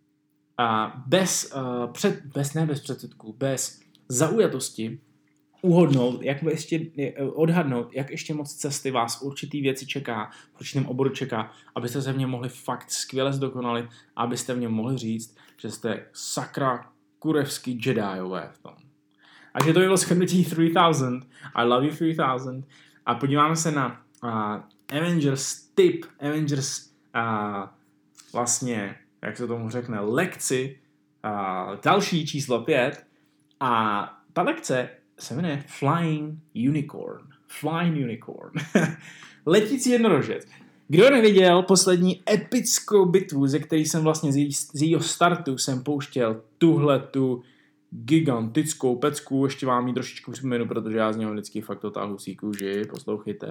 a bez, uh, před, bez, ne bez předsudků, bez zaujatosti uhodnout, jak ještě, odhadnout, jak ještě moc cesty vás v určitý věci čeká, v určitém oboru čeká, abyste se v něm mohli fakt skvěle zdokonalit a abyste v něm mohli říct, že jste sakra kurevský Jediové v tom. Takže to bylo shrnutí three thousand, I love you three thousand a podíváme se na uh, Avengers tip, Avengers uh, vlastně, jak se tomu řekne, lekci, uh, další číslo pět a ta lekce se jmenuje Flying Unicorn. Flying Unicorn. Letící jednorožec. Kdo neviděl poslední epickou bitvu, ze který jsem vlastně z, jí, z jejího startu jsem pouštěl tuhle tu gigantickou pecku, ještě vám ji trošičku připomenu, protože já z něho vždycky fakt otáhnu si kůži, poslouchejte.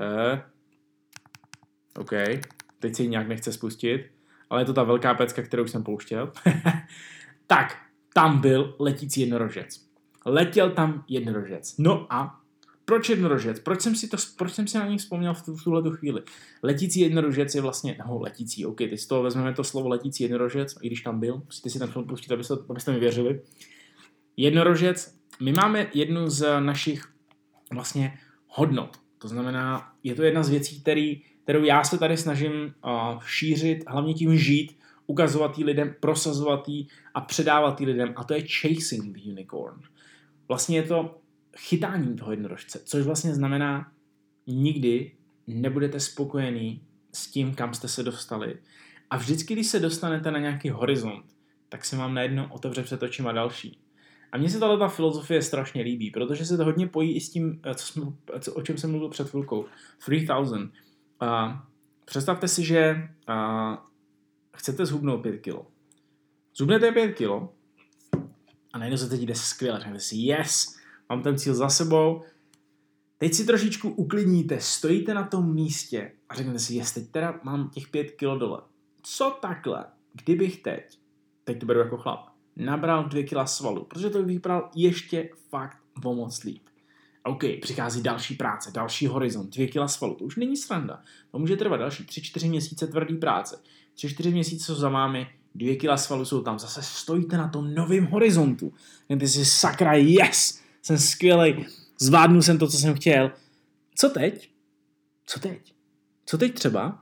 OK, teď se ji nějak nechce spustit, ale je to ta velká pecka, kterou jsem pouštěl. Tak, tam byl letící jednorožec. Letěl tam jednorožec. No a proč jednorožec? Proč jsem si, to, proč jsem si na něj vzpomněl v, tu, v tuhletu chvíli? Letící jednorožec je vlastně, no letící, ok, teď z toho vezmeme to slovo letící jednorožec, i když tam byl, musíte si ten film pustit, abyste, abyste mi věřili. Jednorožec, my máme jednu z našich vlastně hodnot. To znamená, je to jedna z věcí, který, kterou já se tady snažím uh, šířit, hlavně tím žít, ukazovat jí lidem, prosazovat jí a předávat jí lidem. A to je chasing the unicorn. Vlastně je to chytání toho jednorožce, což vlastně znamená, nikdy nebudete spokojený s tím, kam jste se dostali. A vždycky, když se dostanete na nějaký horizont, tak se vám najednou otevře před očima další. A mně se tato filozofie strašně líbí, protože se to hodně pojí i s tím, co jsme, co, o čem jsem mluvil před chvilkou. tři tisíce. Uh, představte si, že uh, chcete zhubnout pět kilo. Zhubnete pět kilo a najednou se teď jde skvěle. Řeknete si, yes, mám ten cíl za sebou. Teď si trošičku uklidníte, stojíte na tom místě a řeknete si, jestli teď teda mám těch pět kilo dole. Co takhle, kdybych teď, teď to beru jako chlap, nabral dvě kila svalu, protože to bych vypadal ještě fakt o moc líp. OK, přichází další práce, další horizont, dvě kila svalu, to už není sranda. To může trvat další tři čtyři měsíce tvrdý práce. tři čtyři měsíce jsou za vámi, dvě kila svalu jsou tam, zase stojíte na tom novém horizontu. Jdete si, sakra, yes, jsem skvělej, zvládnu jsem to, co jsem chtěl. Co teď? Co teď? Co teď třeba?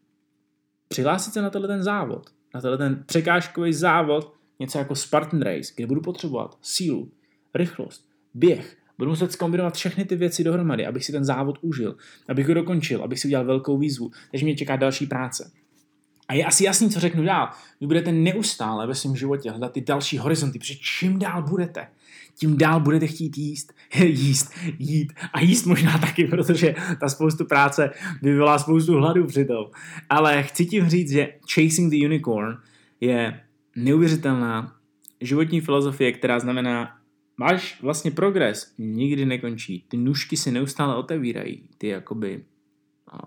Přihlásit se na tenhle ten závod, na tenhle ten překážkový závod, něco jako Spartan Race, kde budu potřebovat sílu, rychlost, běh. Budu muset zkombinovat všechny ty věci dohromady, abych si ten závod užil, abych ho dokončil, abych si udělal velkou výzvu, takže mě čeká další práce. A je asi jasný, co řeknu dál. Vy budete neustále ve svém životě hledat ty další horizonty, protože čím dál budete, tím dál budete chtít jíst, jíst, jít a jíst možná taky, protože ta spoustu práce vyvolá spoustu hladu přitom. Ale chci tím říct, že chasing the unicorn je neuvěřitelná životní filozofie, která znamená, máš vlastně progres, nikdy nekončí. Ty nůžky se neustále otevírají, ty jakoby, no,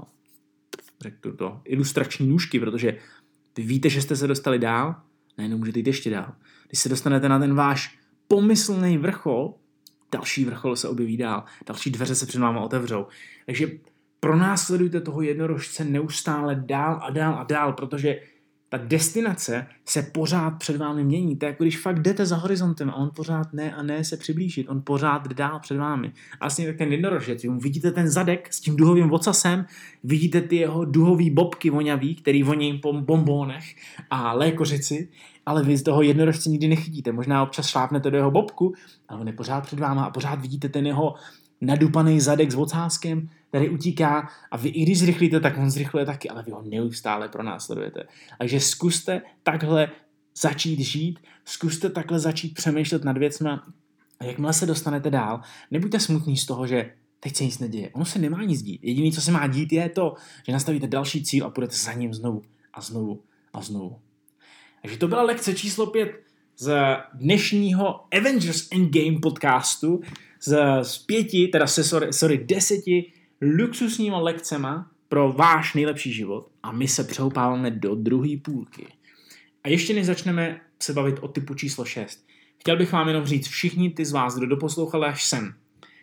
řeknu to, ilustrační nůžky, protože vy víte, že jste se dostali dál, najednou můžete jít ještě dál. Když se dostanete na ten váš pomyslný vrchol, další vrchol se objeví dál, další dveře se před váma otevřou. Takže pronásledujte toho jednorožce neustále dál a dál a dál, protože ta destinace se pořád před vámi mění. To je jako když fakt jdete za horizontem a on pořád ne a ne se přiblížit. On pořád jde dál před vámi. A vlastně tak ten jednorožec, vidíte ten zadek s tím duhovým ocasem, vidíte ty jeho duhový bobky voňavý, který voní po bombónech a lékořici, ale vy z toho jednorožce nikdy nechytíte. Možná občas šlápnete do jeho bobku, ale on je pořád před váma a pořád vidíte ten jeho nadupaný zadek s ocáskem, který utíká a vy i když zrychlíte, tak on zrychluje taky, ale vy ho neustále pronásledujete. Takže zkuste takhle začít žít, zkuste takhle začít přemýšlet nad věcma a jakmile se dostanete dál, nebuďte smutní z toho, že teď se nic neděje. Ono se nemá nic dít. Jediné, co se má dít, je to, že nastavíte další cíl a půjdete za ním znovu a znovu a znovu. Takže to byla lekce číslo pět z dnešního Avengers Endgame podcastu z, z pěti, teda se, sorry, sorry, deseti luxusníma lekcema pro váš nejlepší život a my se přehoupáváme do druhé půlky. A ještě než začneme se bavit o typu číslo šest, chtěl bych vám jenom říct, všichni ty z vás, kdo doposlouchali až sem,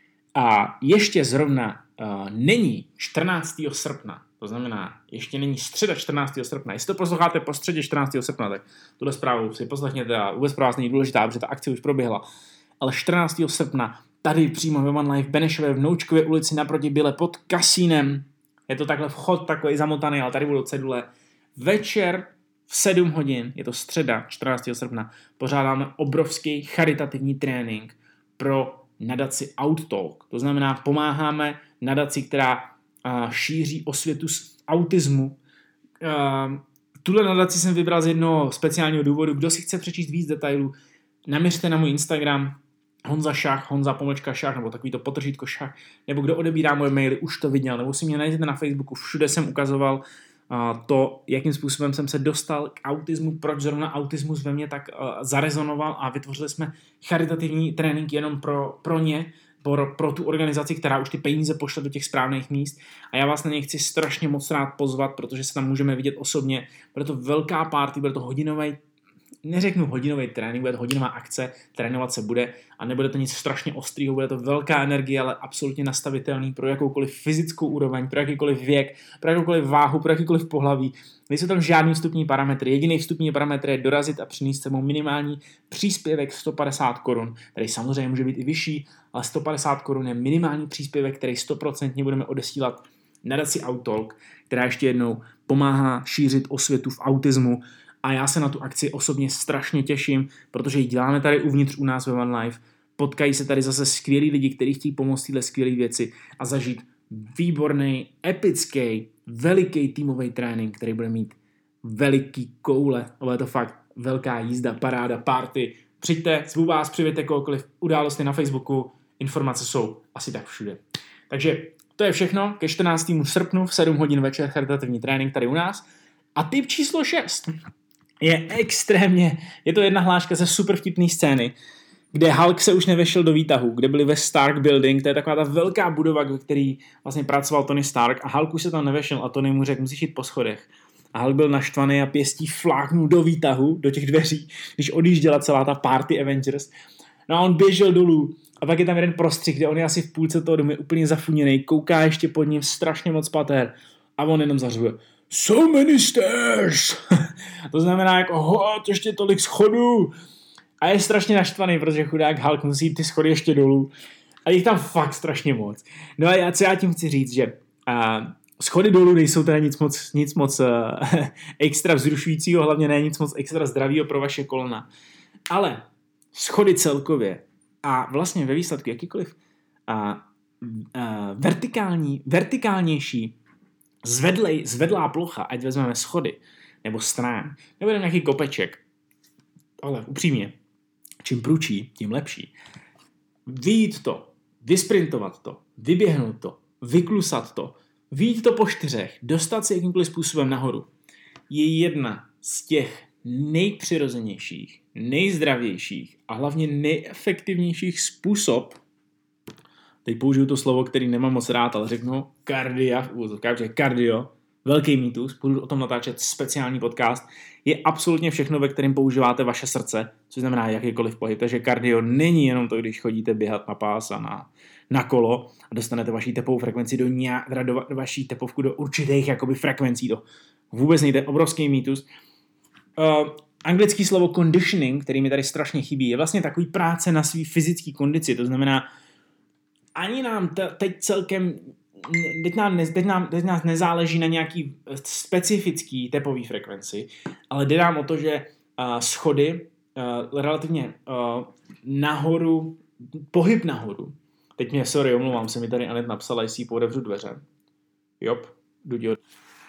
a ještě zrovna uh, není čtrnáctého srpna, to znamená, ještě není středa čtrnáctého srpna. Jestli to posloucháte po středě čtrnáctého srpna, tak tuhle zprávu si poslechněte a vůbec pro vás není důležitá, protože ta akce už proběhla. Ale čtrnáctého srpna tady přímo ve One Life Benešové v Noučkově ulici naproti Byle pod kasínem. Je to takhle vchod takový zamotaný, ale tady budou cedule. Večer v sedm hodin, je to středa čtrnáctého srpna, pořádáme obrovský charitativní trénink pro nadaci Outtalk. To znamená, pomáháme nadaci, která uh, šíří osvětu z autismu. Uh, tuhle nadaci jsem vybral z jednoho speciálního důvodu. Kdo si chce přečíst víc detailů, naměřte na můj Instagram Honza Šach, Honza pomlčka Šach, nebo takový to potržítko Šach, nebo kdo odebírá moje maily, už to viděl, nebo si mě najdete na Facebooku, všude jsem ukazoval uh, to, jakým způsobem jsem se dostal k autismu, proč zrovna autismus ve mně tak uh, zarezonoval a vytvořili jsme charitativní trénink jenom pro, pro ně, pro, pro tu organizaci, která už ty peníze pošle do těch správných míst a já vás na ně chci strašně moc rád pozvat, protože se tam můžeme vidět osobně, bude to velká party, bude to hodinový neřeknu hodinový trénink, bude to hodinová akce, trénovat se bude a nebude to nic strašně ostrýho, bude to velká energie, ale absolutně nastavitelný pro jakoukoliv fyzickou úroveň, pro jakýkoliv věk, pro jakoukoliv váhu, pro jakýkoliv pohlaví. Nejsou tam žádný vstupní parametry. Jediný vstupní parametr je dorazit a přinést sebou minimální příspěvek sto padesát korun, který samozřejmě může být i vyšší, ale sto padesát korun je minimální příspěvek, který sto procent budeme odesílat nadaci Outtalk, která ještě jednou pomáhá šířit osvětu v autismu a já se na tu akci osobně strašně těším, protože ji děláme tady uvnitř u nás ve One Life, potkají se tady zase skvělí lidi, kteří chtějí pomoct tyhle skvělé věci a zažít výborný, epický, veliký týmový trénink, který bude mít veliký koule, ale je to fakt velká jízda, paráda, party. Přijďte, zvu vás, přivěďte kohokoliv, události na Facebooku, informace jsou asi tak všude. Takže to je všechno ke čtrnáctému srpnu v sedm hodin večer charitativní trénink tady u nás. A tip číslo šest je extrémně, je to jedna hláška ze super vtipný scény, kde Hulk se už nevešel do výtahu, kde byli ve Stark Building, to je taková ta velká budova, ve který vlastně pracoval Tony Stark a Hulk už se tam nevešel a Tony mu řekl, musíš jít po schodech. A Hulk byl naštvaný a pěstí fláknul do výtahu, do těch dveří, když odjížděla celá ta party Avengers. No a on běžel dolů a pak je tam jeden prostřih, kde on je asi v půlce toho domu, je úplně zafuněný, kouká ještě pod ním strašně moc pater a on jenom zařve so many stairs. To znamená jako hot, ještě tolik schodů. A je strašně naštvaný, protože chudák Hulk musí jít ty schody ještě dolů. A jich tam fakt strašně moc. No a já, co já tím chci říct, že uh, schody dolů nejsou teda nic moc, nic moc uh, extra vzrušujícího, hlavně ne nic moc extra zdravýho pro vaše kolena. Ale schody celkově a vlastně ve výsledku jakýkoliv uh, uh, vertikální, vertikálnější zvedlej, zvedlá plocha, ať vezmeme schody, nebo strán, nebo nějaký kopeček, ale upřímně, čím průčí, tím lepší. Vyjít to, vysprintovat to, vyběhnout to, vyklusat to, vyjít to po čtyřech, dostat se jakýmkoliv způsobem nahoru, je jedna z těch nejpřirozenějších, nejzdravějších a hlavně nejefektivnějších způsob, teď použiju to slovo, který nemám moc rád, ale řeknu kardia, že kardio, velký mýtus, budu o tom natáčet speciální podcast, je absolutně všechno, ve kterém používáte vaše srdce, což znamená jakýkoliv pohyb, takže kardio není jenom to, když chodíte běhat na pás a na, na kolo a dostanete vaší tepovou frekvenci do, nějak, do, do vaší tepovku do určitých jakoby frekvencí, to vůbec nejde, obrovský mýtus. Uh, anglický slovo conditioning, který mi tady strašně chybí, je vlastně takový práce na svý fyzický kondici, to znamená, ani nám te, teď celkem Teď, nám, teď, nám, teď nás nezáleží na nějaký specifický tepový frekvenci, ale jde nám o to, že uh, schody uh, relativně uh, nahoru, pohyb nahoru. Teď mě, sorry, omlouvám se, mi tady Anet napsala, jestli otevřu dveře. Jop, jdu dělat.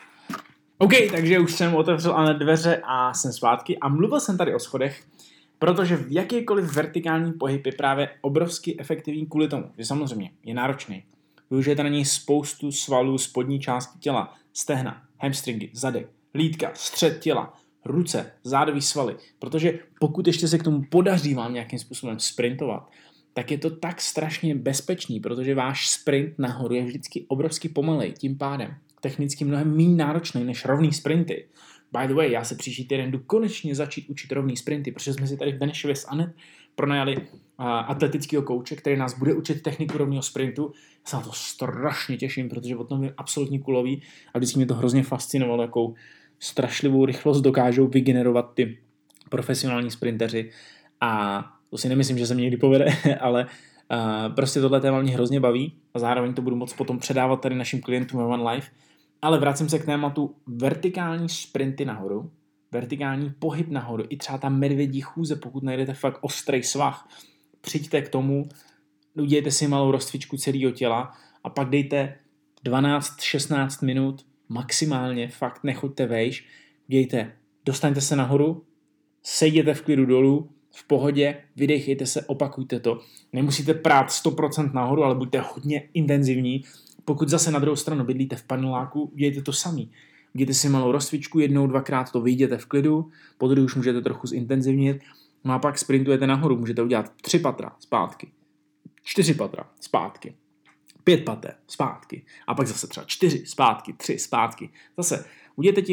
OK, takže už jsem otevřel Anet dveře a jsem zpátky a mluvil jsem tady o schodech, protože v jakýkoliv vertikální pohyb je právě obrovsky efektivní kvůli tomu, že samozřejmě je náročný. Využijete na něj spoustu svalů spodní části těla, stehna, hamstringy, zadek, lítka, střed těla, ruce, zádový svaly. Protože pokud ještě se k tomu podaří vám nějakým způsobem sprintovat, tak je to tak strašně bezpečný, protože váš sprint nahoru je vždycky obrovsky pomalej, tím pádem technicky mnohem méně náročný než rovný sprinty. By the way, já se příští týden jdu konečně začít učit rovný sprinty, protože jsme si tady v Benešově s Anet pronajali uh, atletického kouče, který nás bude učit techniku rovného sprintu. Já se na to strašně těším, protože o tom je absolutně kulový a vždycky mě to hrozně fascinovalo, jakou strašlivou rychlost dokážou vygenerovat ty profesionální sprinteři a to si nemyslím, že se mě někdy povede, ale uh, prostě tohle téma mě hrozně baví a zároveň to budu moct potom předávat tady našim klientům One Life. Ale vracím se k tématu vertikální sprinty nahoru, vertikální pohyb nahoru, i třeba ta medvědí chůze, pokud najdete fakt ostrý svah, přijďte k tomu, udějte si malou rozcvičku celého těla a pak dejte dvanáct šestnáct minut maximálně, fakt nechoďte vejš, dějte, dostaňte se nahoru, sejděte v klidu dolů, v pohodě, vydechejte se, opakujte to. Nemusíte prát sto procent nahoru, ale buďte hodně intenzivní. Pokud zase na druhou stranu bydlíte v paneláku, dějte to samý. Dějte si malou rozcvičku, jednou, dvakrát to vyjděte v klidu, podruhé už můžete trochu zintenzivnit, no a pak sprintujete nahoru, můžete udělat tři patra zpátky, čtyři patra zpátky, pět pater zpátky a pak zase třeba čtyři zpátky, tři zpátky. Zase udějte tím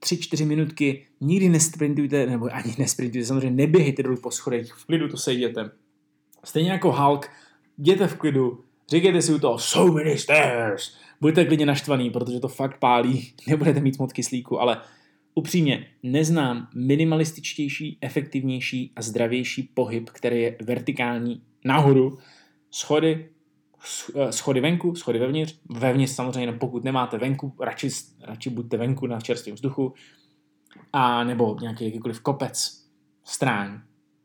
tři čtyři minutky, nikdy nesprintujte, nebo ani nesprintujte, samozřejmě neběhejte dolů po schodech, v klidu to sejděte. Stejně jako Hulk, jděte v klidu, říkejte si u toho so many stairs, buďte klidně naštvaný, protože to fakt pálí, nebudete mít moc kyslíku, ale upřímně, neznám minimalističtější, efektivnější a zdravější pohyb, který je vertikální nahoru, schody, schody venku, schody vevnitř, vevnitř samozřejmě, pokud nemáte venku, radši, radši buďte venku na čerstvém vzduchu, a nebo nějaký jakýkoliv kopec, stráň,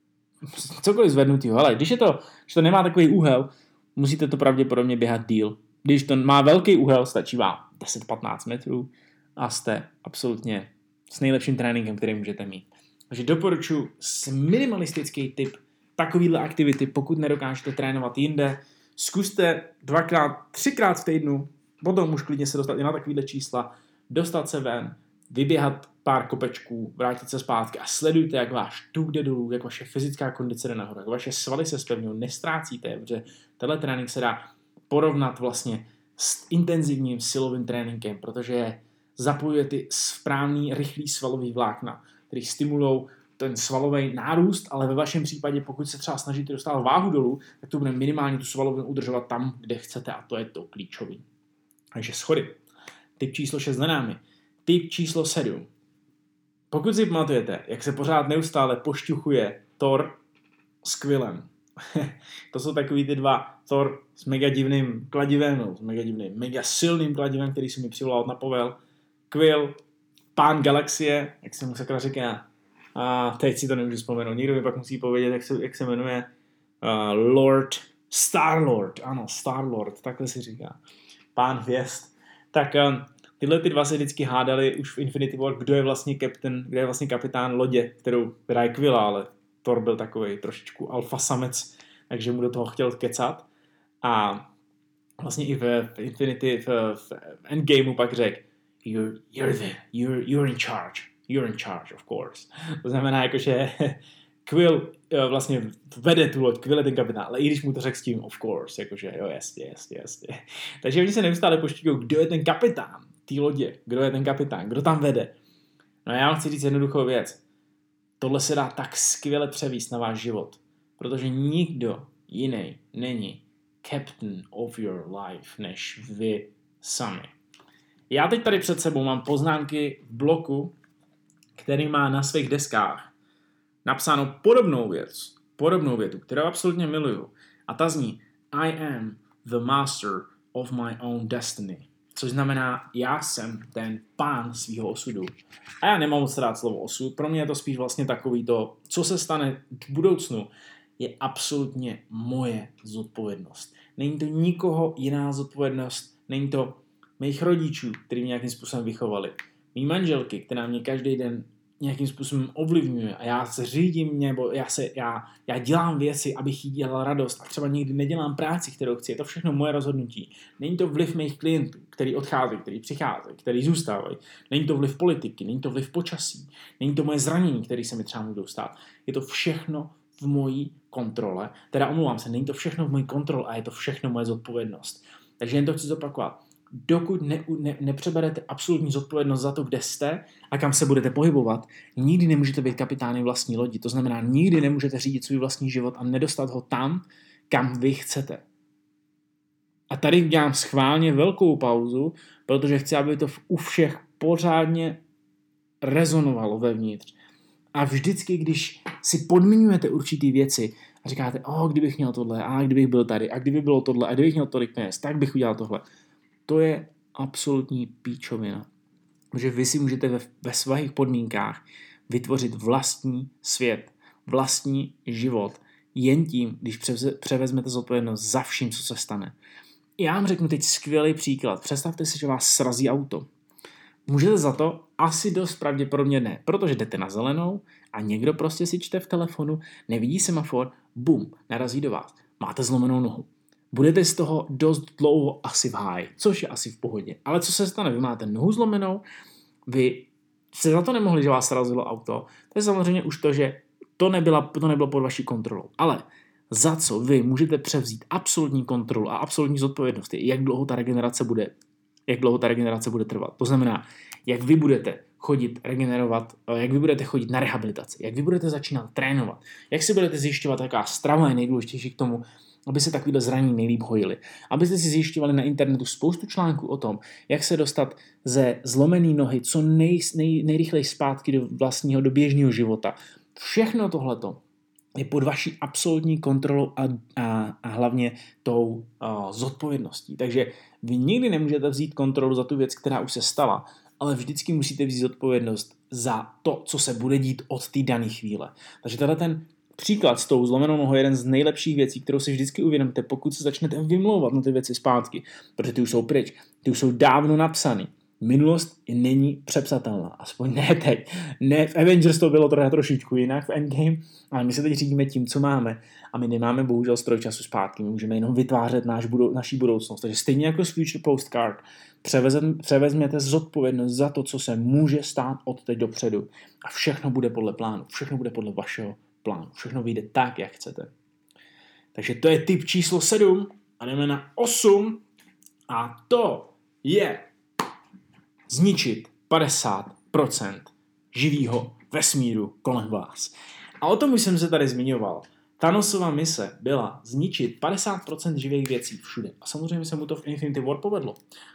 cokoliv zvednutýho, ale když je to, když to nemá takový úhel, musíte to pravděpodobně běhat díl. Když to má velký úhel, stačí vám deset patnáct metrů a jste absolutně s nejlepším tréninkem, který můžete mít. Takže doporučuji minimalistický typ takovýhle aktivity, pokud nedokážete trénovat jinde, zkuste dvakrát, třikrát v týdnu, potom už klidně se dostat i na takovýhle čísla, dostat se ven, vyběhat pár kopečků, vrátit se zpátky a sledujte, jak váš tuk jde dolů, jak vaše fyzická kondice jde nahoru, jak vaše svaly se zpevňují, nestrácíte, protože tenhle trénink se dá porovnat vlastně s intenzivním silovým tréninkem, protože zapojuje ty správný, rychlý svalový vlákna, který stimulují ten svalový nárůst, ale ve vašem případě, pokud se třeba snažíte dostat váhu dolů, tak to bude minimálně tu svalovinu udržovat tam, kde chcete, a to je to klíčový. Takže schody. Tip číslo šest za námi. Tip číslo sedm. Pokud si pamatujete, jak se pořád neustále pošťuchuje Thor s Quillem. To jsou takový ty dva, Thor s mega divným kladivem, no, s mega divným, mega silným kladivem, který si mi přivolal na povel. Quill, pán galaxie, jak se mu sakra říká. A teď si to nemůžu vzpomenout. Někdo mi pak musí povědět, jak se, jak se jmenuje. Uh, Lord, Star-Lord, ano, Star-Lord, takhle si říká. Pán hvězd. Tak um, tyhle ty dva se vždycky hádali už v Infinity War, kdo je vlastně kapitán, kdo je vlastně kapitán lodě, kterou, která je Quilla, ale Thor byl takový trošičku alfa samec, takže mu do toho chtěl kecat. A vlastně i v Infinity, v, v Endgameu pak řekl, you're, you're, the, you're, you're in charge. You're in charge, of course. To znamená, jako, že Quill vlastně vede tu loď, Quill je ten kapitán, ale i když mu to řekl s tím, of course, jakože jo, jasně, jasně, jasně. Takže oni se neustále poštíkají, kdo je ten kapitán té lodě, kdo je ten kapitán, kdo tam vede. No a já vám chci říct jednoduchou věc. Tohle se dá tak skvěle převíst na váš život, protože nikdo jiný není captain of your life než vy sami. Já teď tady před sebou mám poznámky v bloku, který má na svých deskách napsáno podobnou věc, podobnou větu, kterou absolutně miluju. A ta zní, I am the master of my own destiny. Což znamená, já jsem ten pán svýho osudu. A já nemám moc rád slovo osud, pro mě je to spíš vlastně takový to, co se stane v budoucnu, je absolutně moje zodpovědnost. Není to nikoho jiná zodpovědnost, není to mých rodičů, který mě nějakým způsobem vychovali. Mý manželky, která mě každý den nějakým způsobem ovlivňuje a já se řídím, nebo já, se, já, já dělám věci, abych jí dělal radost a třeba někdy nedělám práci, kterou chci. Je to všechno moje rozhodnutí. Není to vliv mých klientů, který odcházejí, který přicházejí, který zůstávají. Není to vliv politiky, není to vliv počasí, není to moje zranění, které se mi třeba můžou stát. Je to všechno v mojí kontrole. Teda omlouvám se, není to všechno v mojí kontrole a je to všechno moje zodpovědnost. Takže jen to chci zopakovat. Dokud ne, ne, nepřeberete absolutní zodpovědnost za to, kde jste a kam se budete pohybovat, nikdy nemůžete být kapitánem vlastní lodi. To znamená, nikdy nemůžete řídit svůj vlastní život a nedostat ho tam, kam vy chcete. A tady dělám schválně velkou pauzu, protože chci, aby to u všech pořádně rezonovalo vevnitř. A vždycky, když si podmiňujete určitý věci a říkáte, o, oh, kdybych měl tohle, a kdybych byl tady, a kdyby bylo tohle, a kdybych měl tolik peněz, tak bych udělal tohle. To je absolutní píčovina. Protože vy si můžete ve, ve svých podmínkách vytvořit vlastní svět, vlastní život, jen tím, když převze, převezmete zodpovědnost za vším, co se stane. Já vám řeknu teď skvělý příklad. Představte si, že vás srazí auto. Můžete za to? Asi dost pravděpodobně ne, protože jdete na zelenou a někdo prostě si čte v telefonu, nevidí semafor, bum, narazí do vás. Máte zlomenou nohu. Budete z toho dost dlouho asi v háji, což je asi v pohodě. Ale co se stane? Vy máte nohu zlomenou, vy jste za to nemohli, že vás srazilo auto. To je samozřejmě už to, že to, nebyla, to nebylo pod vaší kontrolou. Ale za co vy můžete převzít absolutní kontrolu a absolutní zodpovědnost, jak dlouho ta regenerace bude, jak dlouho ta regenerace bude trvat. To znamená, jak vy budete chodit, regenerovat, jak vy budete chodit na rehabilitaci, jak vy budete začínat trénovat, jak si budete zjišťovat, jaká strava je nejdůležitější k tomu, aby se takovýhle zranění nejlíp hojily. Abyste si zjišťovali na internetu spoustu článků o tom, jak se dostat ze zlomené nohy co nej, nej, nejrychleji zpátky do vlastního, do běžného života. Všechno tohleto je pod vaší absolutní kontrolou a, a, a hlavně tou a, zodpovědností. Takže vy nikdy nemůžete vzít kontrolu za tu věc, která už se stala, ale vždycky musíte vzít zodpovědnost za to, co se bude dít od té dané chvíle. Takže tenhle ten příklad s tou zlomenou nohou je jeden z nejlepších věcí, kterou si vždycky uvědomíte, pokud se začnete vymlouvat na ty věci zpátky, protože ty už jsou pryč, ty už jsou dávno napsaný. Minulost není přepsatelná, aspoň ne teď. Ne, v Avengers to bylo teda trošičku jinak v Endgame, ale my se teď řídíme tím, co máme. A my nemáme bohužel stroj času zpátky, my můžeme jenom vytvářet náš budou, naší budoucnost. Takže stejně jako s Future Postcard, převezměte zodpovědnost za to, co se může stát od teď dopředu. A všechno bude podle plánu, všechno bude podle vašeho plánu. Všechno vyjde tak, jak chcete. Takže to je tip číslo sedm a jdeme na osm a to je zničit padesát procent živýho vesmíru kolem vás. A o tom už jsem se tady zmiňoval. Thanosova mise byla zničit padesát procent živých věcí všude. A samozřejmě se mu to v Infinity War povedlo.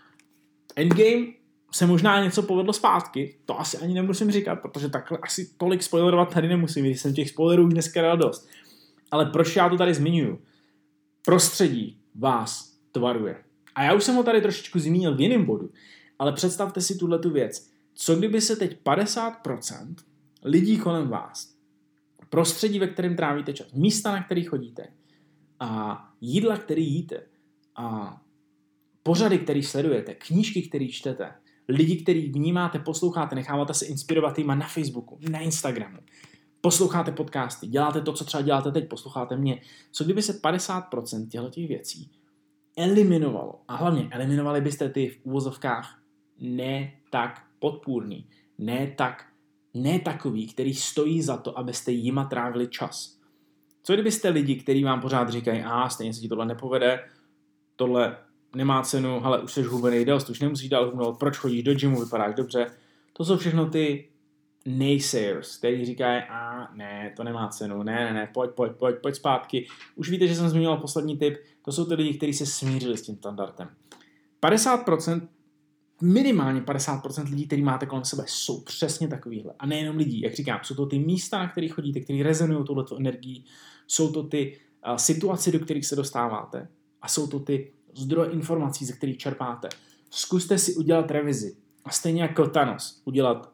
Endgame se možná něco povedlo zpátky, to asi ani nemusím říkat, protože takhle asi tolik spoilerovat tady nemusím, když jsem těch spoilerů už dneska dal dost. Ale proč já to tady zmiňuju? Prostředí vás tvaruje. A já už jsem ho tady trošičku zmínil v jiném bodu, ale představte si tuhletu věc. Co kdyby se teď padesát procent lidí kolem vás, prostředí, ve kterém trávíte čas, místa, na který chodíte, a jídla, který jíte, a pořady, který sledujete, knížky, který čtete, lidi, který vnímáte, posloucháte, necháváte se inspirovat jima na Facebooku, na Instagramu, posloucháte podcasty, děláte to, co třeba děláte teď, posloucháte mě. Co kdyby se padesát procent těchto věcí eliminovalo? A hlavně eliminovali byste ty v úvozovkách ne tak podpůrný, ne tak, ne takový, který stojí za to, abyste jima trávili čas. Co kdybyste lidi, kteří vám pořád říkají, a stejně se ti tohle nepovede, tohle nemá cenu, ale už jsi hubenej dost, už nemusíš dál hubnout, proč chodíš do gymu, vypadáš dobře. To jsou všechno ty naysayers, kteří říkají, a ne, to nemá cenu, ne, ne, ne, pojď, pojď, pojď, pojď zpátky. Už víte, že jsem zmínil poslední tip, to jsou ty lidi, kteří se smířili s tím standardem. padesát procent, minimálně padesát procent lidí, který máte kolem sebe, jsou přesně takovýhle. A nejenom lidí, jak říkám, jsou to ty místa, na kterých chodíte, které rezonují touhleto energií, jsou to ty uh, situace, do kterých se dostáváte a jsou to ty zdroje informací, ze kterých čerpáte. Zkuste si udělat revizi. A stejně jako Thanos, udělat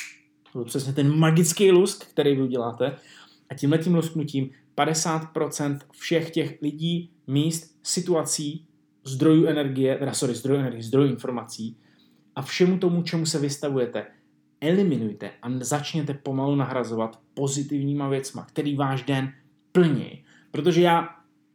přesně ten magický lusk, který vy uděláte, a tímhletím lusknutím padesát procent všech těch lidí, míst, situací, zdrojů energie, teda sorry, zdrojů energie, zdrojů informací a všemu tomu, čemu se vystavujete, eliminujte a začněte pomalu nahrazovat pozitivníma věcma, který váš den plní. Protože já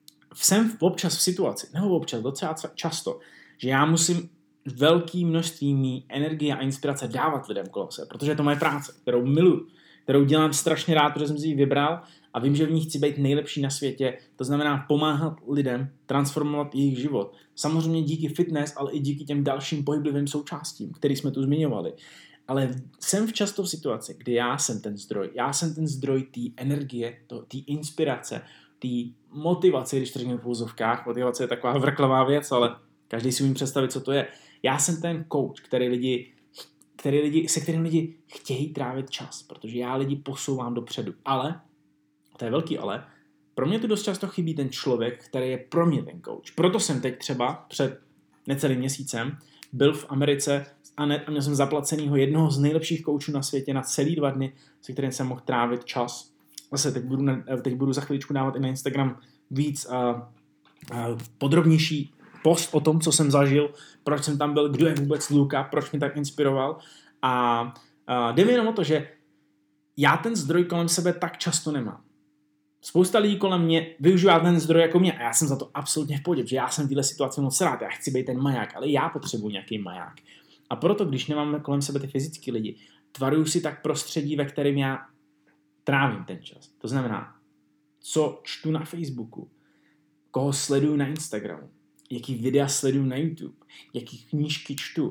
jsem občas v situaci, nebo občas, docela často, že já musím velké množství mý energie a inspirace dávat lidem kolem sebe, protože je to moje práce, kterou miluji, kterou dělám strašně rád, protože jsem si ji vybral a vím, že v ní chci být nejlepší na světě. To znamená pomáhat lidem transformovat jejich život. Samozřejmě díky fitness, ale i díky těm dalším pohyblivým součástím, který jsme tu zmiňovali. Ale jsem v často v situaci, kdy já jsem ten zdroj. Já jsem ten zdroj té energie, té inspirace, té motivace, když to řeknu v úzovkách. Motivace je taková vrklavá věc, ale každý si umí představit, co to je. Já jsem ten coach, který lidi, který lidi, se kterým lidi chtějí trávit čas, protože já lidi posouvám dopředu. Ale, to je velký ale, pro mě tu dost často chybí ten člověk, který je pro mě ten coach. Proto jsem teď třeba před necelým měsícem byl v Americe a, ne, a měl jsem zaplacenýho jednoho z nejlepších coachů na světě na celý dva dny, se kterým jsem mohl trávit čas. Zase teď budu, teď budu za chviličku dávat i na Instagram víc uh, uh, podrobnější post o tom, co jsem zažil, proč jsem tam byl, kdo je vůbec Luka, proč mě tak inspiroval. A uh, jde mi jenom o to, že já ten zdroj kolem sebe tak často nemám. Spousta lidí kolem mě využívá ten zdroj jako mě a já jsem za to absolutně v pohodě, že já jsem v této situaci moc rád, já chci být ten maják, ale já potřebuji nějaký maják. A proto, když nemám kolem sebe ty fyzické lidi, tvaruju si tak prostředí, ve kterém já trávím ten čas. To znamená, co čtu na Facebooku, koho sleduju na Instagramu, jaký videa sleduju na YouTube, jaký knížky čtu,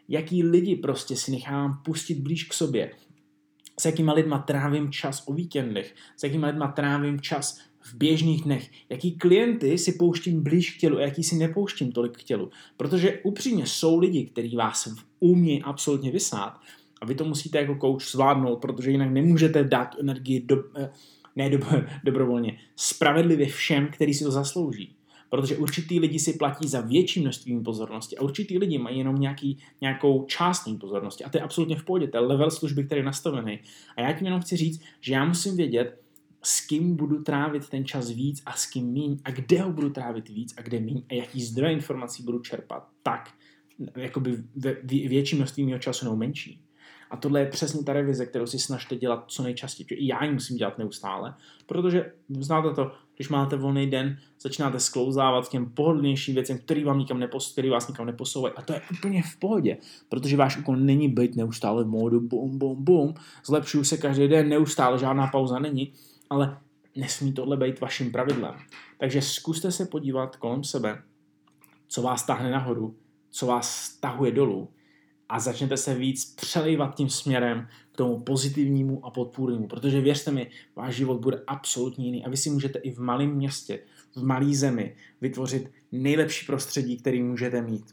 jaký lidi prostě si nechávám pustit blíž k sobě, s jakýma lidma trávím čas o víkendech, s jakýma lidma trávím čas v běžných dnech, jaký klienty si pouštím blíž k tělu a jaký si nepouštím tolik k tělu. Protože upřímně jsou lidi, kteří vás umí absolutně vysát a vy to musíte jako coach zvládnout, protože jinak nemůžete dát energii do, ne do, dobrovolně, spravedlivě všem, kteří si to zaslouží. Protože určitý lidi si platí za větší množství pozornosti a určitý lidi mají jenom nějaký, nějakou část mý pozornosti a to je absolutně v pohodě, to je level služby, který je nastavený. A já tím jenom chci říct, že já musím vědět, s kým budu trávit ten čas víc a s kým míň a kde ho budu trávit víc a kde míň a jaký zdroje informací budu čerpat tak, jakoby ve větší množství mého času nebo menší. A tohle je přesně ta revize, kterou si snažte dělat co nejčastěji. I já ji musím dělat neustále, protože znáte to, když máte volný den, začínáte sklouzávat k těm pohodlnějším věcem, který, vám nikam nepos, který vás nikam neposouvají. A to je úplně v pohodě, protože váš úkol není být neustále v módu bum, bum, bum, zlepšuju se každý den, neustále, žádná pauza není, ale nesmí tohle být vaším pravidlem. Takže zkuste se podívat kolem sebe, co vás táhne nahoru, co vás stahuje dolů, a začnete se víc přelejvat tím směrem k tomu pozitivnímu a podpůrnému, protože věřte mi, váš život bude absolutně jiný a vy si můžete i v malém městě, v malé zemi vytvořit nejlepší prostředí, který můžete mít.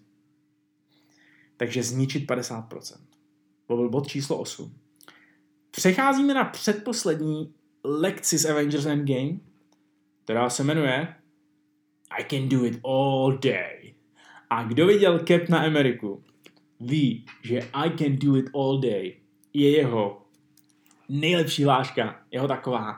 Takže zničit padesát procent. To byl bod číslo osm. Přecházíme na předposlední lekci z Avengers Endgame, která se jmenuje I can do it all day. A kdo viděl Captaina Ameriku, ví, že I can do it all day je jeho nejlepší hláška, jeho taková,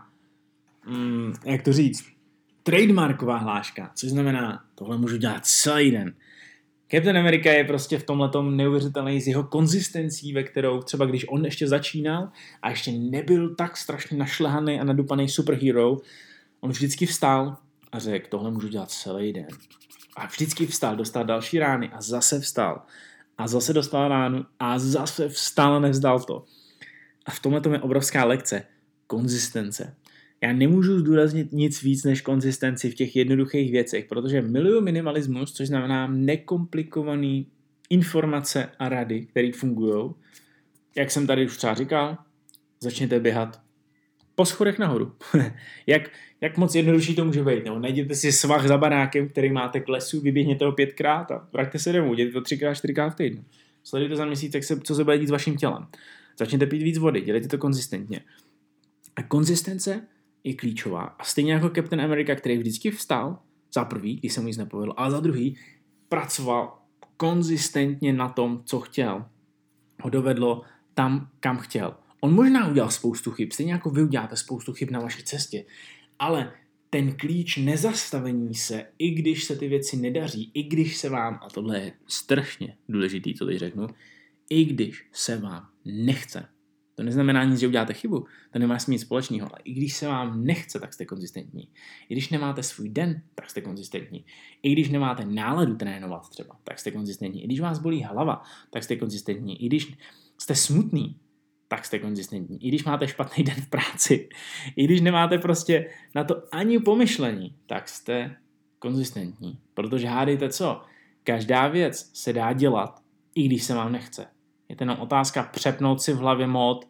mm, jak to říct, trademarková hláška, což znamená, tohle můžu dělat celý den. Captain America je prostě v tomhletom neuvěřitelný z jeho konzistencí, ve kterou třeba když on ještě začínal a ještě nebyl tak strašně našlehaný a nadupaný superhero, on vždycky vstal a řekl, tohle můžu dělat celý den. A vždycky vstal, dostal další rány a zase vstal. A zase dostal ránu a zase vstal a nevzdal to. A v tomhle je obrovská lekce. Konzistence. Já nemůžu zdůraznit nic víc než konzistenci v těch jednoduchých věcech, protože miluju minimalismus, což znamená nekomplikovaný informace a rady, které fungují. Jak jsem tady už třeba říkal, začněte běhat po schodech nahoru. jak, jak moc jednodušší to může být. Nebo najděte si svah za barákem, který máte k lesu, vyběhněte ho pětkrát a vraťte se domů. Dělejte to třikrát, čtyřikrát v týdnu. Sledujte za měsíc, jak se, co se bude dít s vaším tělem. Začněte pít víc vody, dělejte to konzistentně. A konzistence je klíčová. A stejně jako Captain America, který vždycky vstal, za prvý, když se mu nic nepovedlo, a za druhý pracoval konzistentně na tom, co chtěl. Ho dovedlo tam, kam chtěl. On možná udělal spoustu chyb, stejně jako vy uděláte spoustu chyb na vaší cestě, ale ten klíč nezastavení se, i když se ty věci nedaří, i když se vám, a tohle je strašně důležitý, co teď řeknu, i když se vám nechce. To neznamená nic, že uděláte chybu, to nemá s tím nic společného, ale i když se vám nechce, tak jste konzistentní. I když nemáte svůj den, tak jste konzistentní. I když nemáte náladu trénovat třeba, tak jste konzistentní. I když vás bolí hlava, tak jste konzistentní. I když jste smutný, tak jste konzistentní. I když máte špatný den v práci, i když nemáte prostě na to ani pomyšlení, tak jste konzistentní. Protože hádejte co? Každá věc se dá dělat, i když se vám nechce. Je to jenom otázka přepnout si v hlavě mód,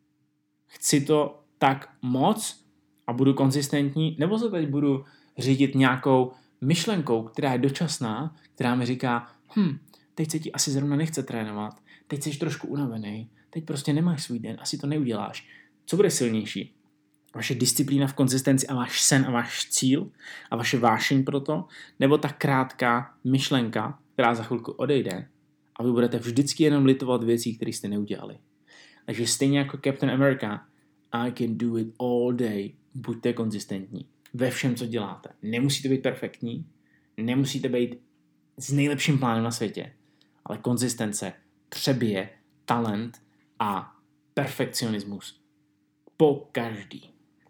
chci to tak moc a budu konzistentní, nebo se teď budu řídit nějakou myšlenkou, která je dočasná, která mi říká, hm, teď se ti asi zrovna nechce trénovat, teď jsi trošku unavený, teď prostě nemáš svůj den, asi to neuděláš. Co bude silnější? Vaše disciplína v konzistenci a váš sen a váš cíl a vaše vášeň pro to, nebo ta krátká myšlenka, která za chvilku odejde a vy budete vždycky jenom litovat věcí, které jste neudělali. Takže stejně jako Captain America, I can do it all day. Buďte konzistentní ve všem, co děláte. Nemusíte být perfektní, nemusíte být s nejlepším plánem na světě, ale konzistence přebije talent a perfekcionismus po každý.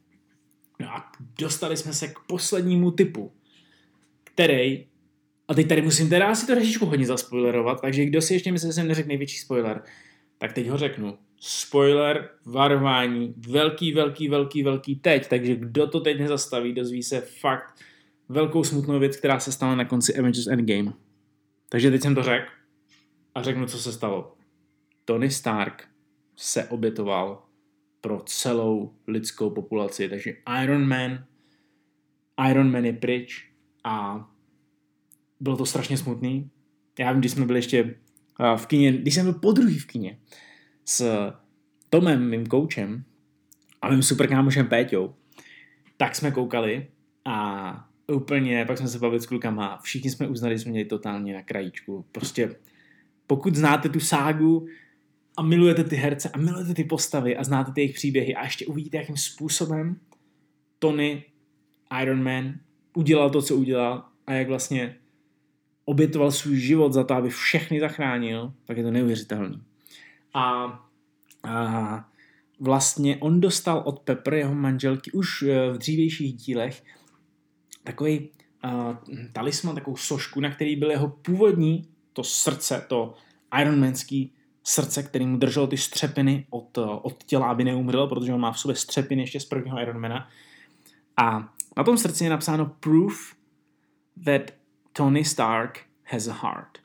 No a dostali jsme se k poslednímu typu, který, a teď tady musím teda asi to trošičku hodně zaspoilerovat, takže kdo si ještě myslí, že jsem neřekl největší spoiler, tak teď ho řeknu. Spoiler, varování, velký, velký, velký, velký teď, takže kdo to teď nezastaví, dozví se fakt velkou smutnou věc, která se stala na konci Avengers Endgame. Takže teď jsem to řekl. a řeknu, co se stalo. Tony Stark se obětoval pro celou lidskou populaci, takže Iron Man, Iron Man je pryč a bylo to strašně smutný. Já vím, když jsme byli ještě v kině, když jsem byl podruhý v kině s Tomem, mým koučem, a mým super kámošem Péťou, tak jsme koukali a úplně, pak jsme se bavili s klukama a všichni jsme uznali, že jsme měli totálně na krajíčku. Prostě pokud znáte tu ságu a milujete ty herce a milujete ty postavy a znáte ty jejich příběhy a ještě uvidíte, jakým způsobem Tony Iron Man udělal to, co udělal a jak vlastně obětoval svůj život za to, aby všechny zachránil, tak je to neuvěřitelný. A, a vlastně on dostal od Pepper, jeho manželky, už v dřívějších dílech takový uh, talisman, takovou sošku, na který byl jeho původní, to srdce, to ironmanský srdce, který mu drželo ty střepiny od, od těla, aby neumřel, protože on má v sobě střepiny ještě z prvního Ironmana. A na tom srdci je napsáno proof that Tony Stark has a heart.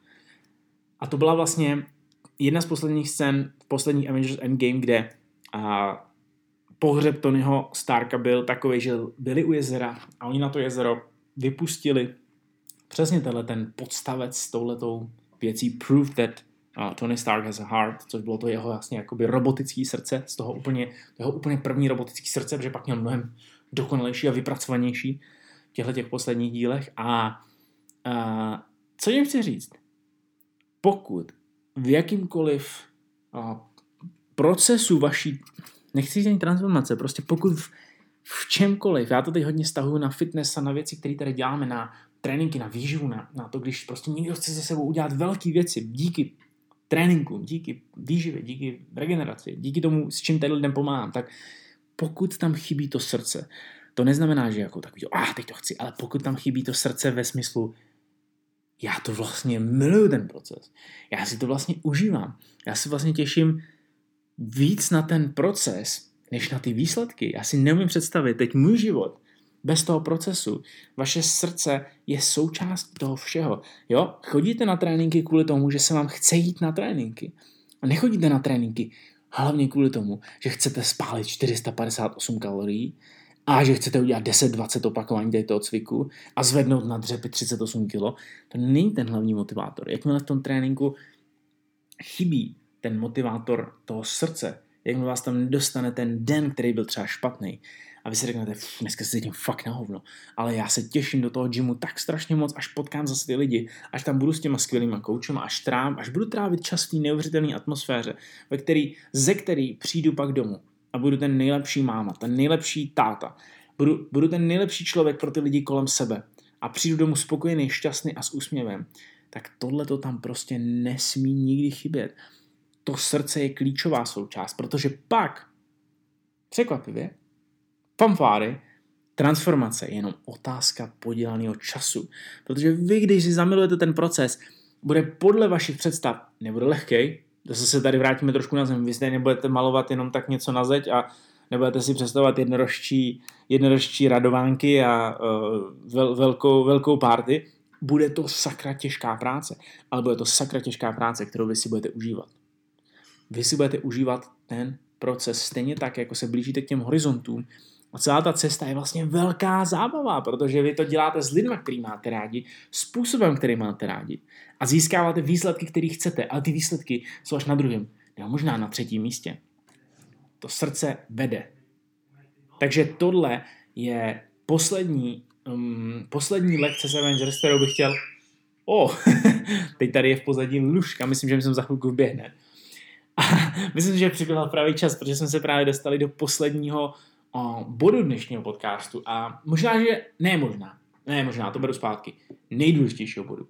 A to byla vlastně jedna z posledních scén v posledních Avengers Endgame, kde a, pohřeb Tonyho Starka byl takový, že byli u jezera a oni na to jezero vypustili přesně tenhle ten podstavec s touhletou věcí proof that uh, Tony Stark has a heart, což bylo to jeho vlastně jakoby robotický srdce, z toho úplně, jeho úplně první robotický srdce, protože pak měl mnohem dokonalejší a vypracovanější v těchto těch posledních dílech. A, a co jim chci říct? Pokud v jakýmkoliv a, procesu vaší, nechci říct ani transformace, prostě pokud v, v čemkoliv, já to teď hodně stahuju na fitness a na věci, které tady děláme, na tréninky, na výživu, na, na to, když prostě někdo chce se sebou udělat velké věci díky tréninku, díky výživě, díky regeneraci, díky tomu, s čím tady lidem pomáhám, tak pokud tam chybí to srdce, to neznamená, že jako takový, ah, teď to chci, ale pokud tam chybí to srdce ve smyslu, já to vlastně miluju ten proces, já si to vlastně užívám, já se vlastně těším víc na ten proces, než na ty výsledky. Já si neumím představit teď můj život bez toho procesu. Vaše srdce je součástí toho všeho. Jo? Chodíte na tréninky kvůli tomu, že se vám chce jít na tréninky. A nechodíte na tréninky hlavně kvůli tomu, že chcete spálit čtyři sta padesát osm kalorií a že chcete udělat deset dvacet opakování této cviku a zvednout na dřepy třicet osm kilo. To není ten hlavní motivátor. Jakmile v tom tréninku chybí ten motivátor toho srdce, jakmile vás tam nedostane ten den, který byl třeba špatný, a vy si řeknete, dneska se cítím fakt na hovno, ale já se těším do toho gymu tak strašně moc, až potkám zase ty lidi, až tam budu s těma skvělýma koučema, až, trám, až budu trávit čas v té neuvěřitelné atmosféře, ve který, ze který přijdu pak domů a budu ten nejlepší máma, ten nejlepší táta, budu, budu ten nejlepší člověk pro ty lidi kolem sebe a přijdu domů spokojený, šťastný a s úsměvem, tak tohle to tam prostě nesmí nikdy chybět. To srdce je klíčová součást, protože pak, překvapivě, fanfáry, transformace je jenom otázka podělaného času. Protože vy, když si zamilujete ten proces, bude podle vašich představ, nebude lehkej, zase se tady vrátíme trošku na zem, vy zde nebudete malovat jenom tak něco na zeď a nebudete si představovat jednorožčí, jednorožčí radovánky a uh, vel, velkou, velkou party, bude to sakra těžká práce, ale bude to sakra těžká práce, kterou vy si budete užívat. Vy si budete užívat ten proces stejně tak, jako se blížíte k těm horizontům. A celá ta cesta je vlastně velká zábava, protože vy to děláte s lidmi, který máte rádi, způsobem, který máte rádi. A získáváte výsledky, které chcete, ale ty výsledky jsou až na druhém, nebo možná na třetím místě. To srdce vede. Takže tohle je poslední, um, poslední lekce z Avengers, kterou bych chtěl... Oh, teď tady je v pozadí lůžka, myslím, že mi jsem za chvilku vběhne. A myslím, že přibyl pravý čas, protože jsme se právě dostali do posledního o, bodu dnešního podcastu a možná, že ne možná, ne možná, to beru zpátky, nejdůležitějšího bodu.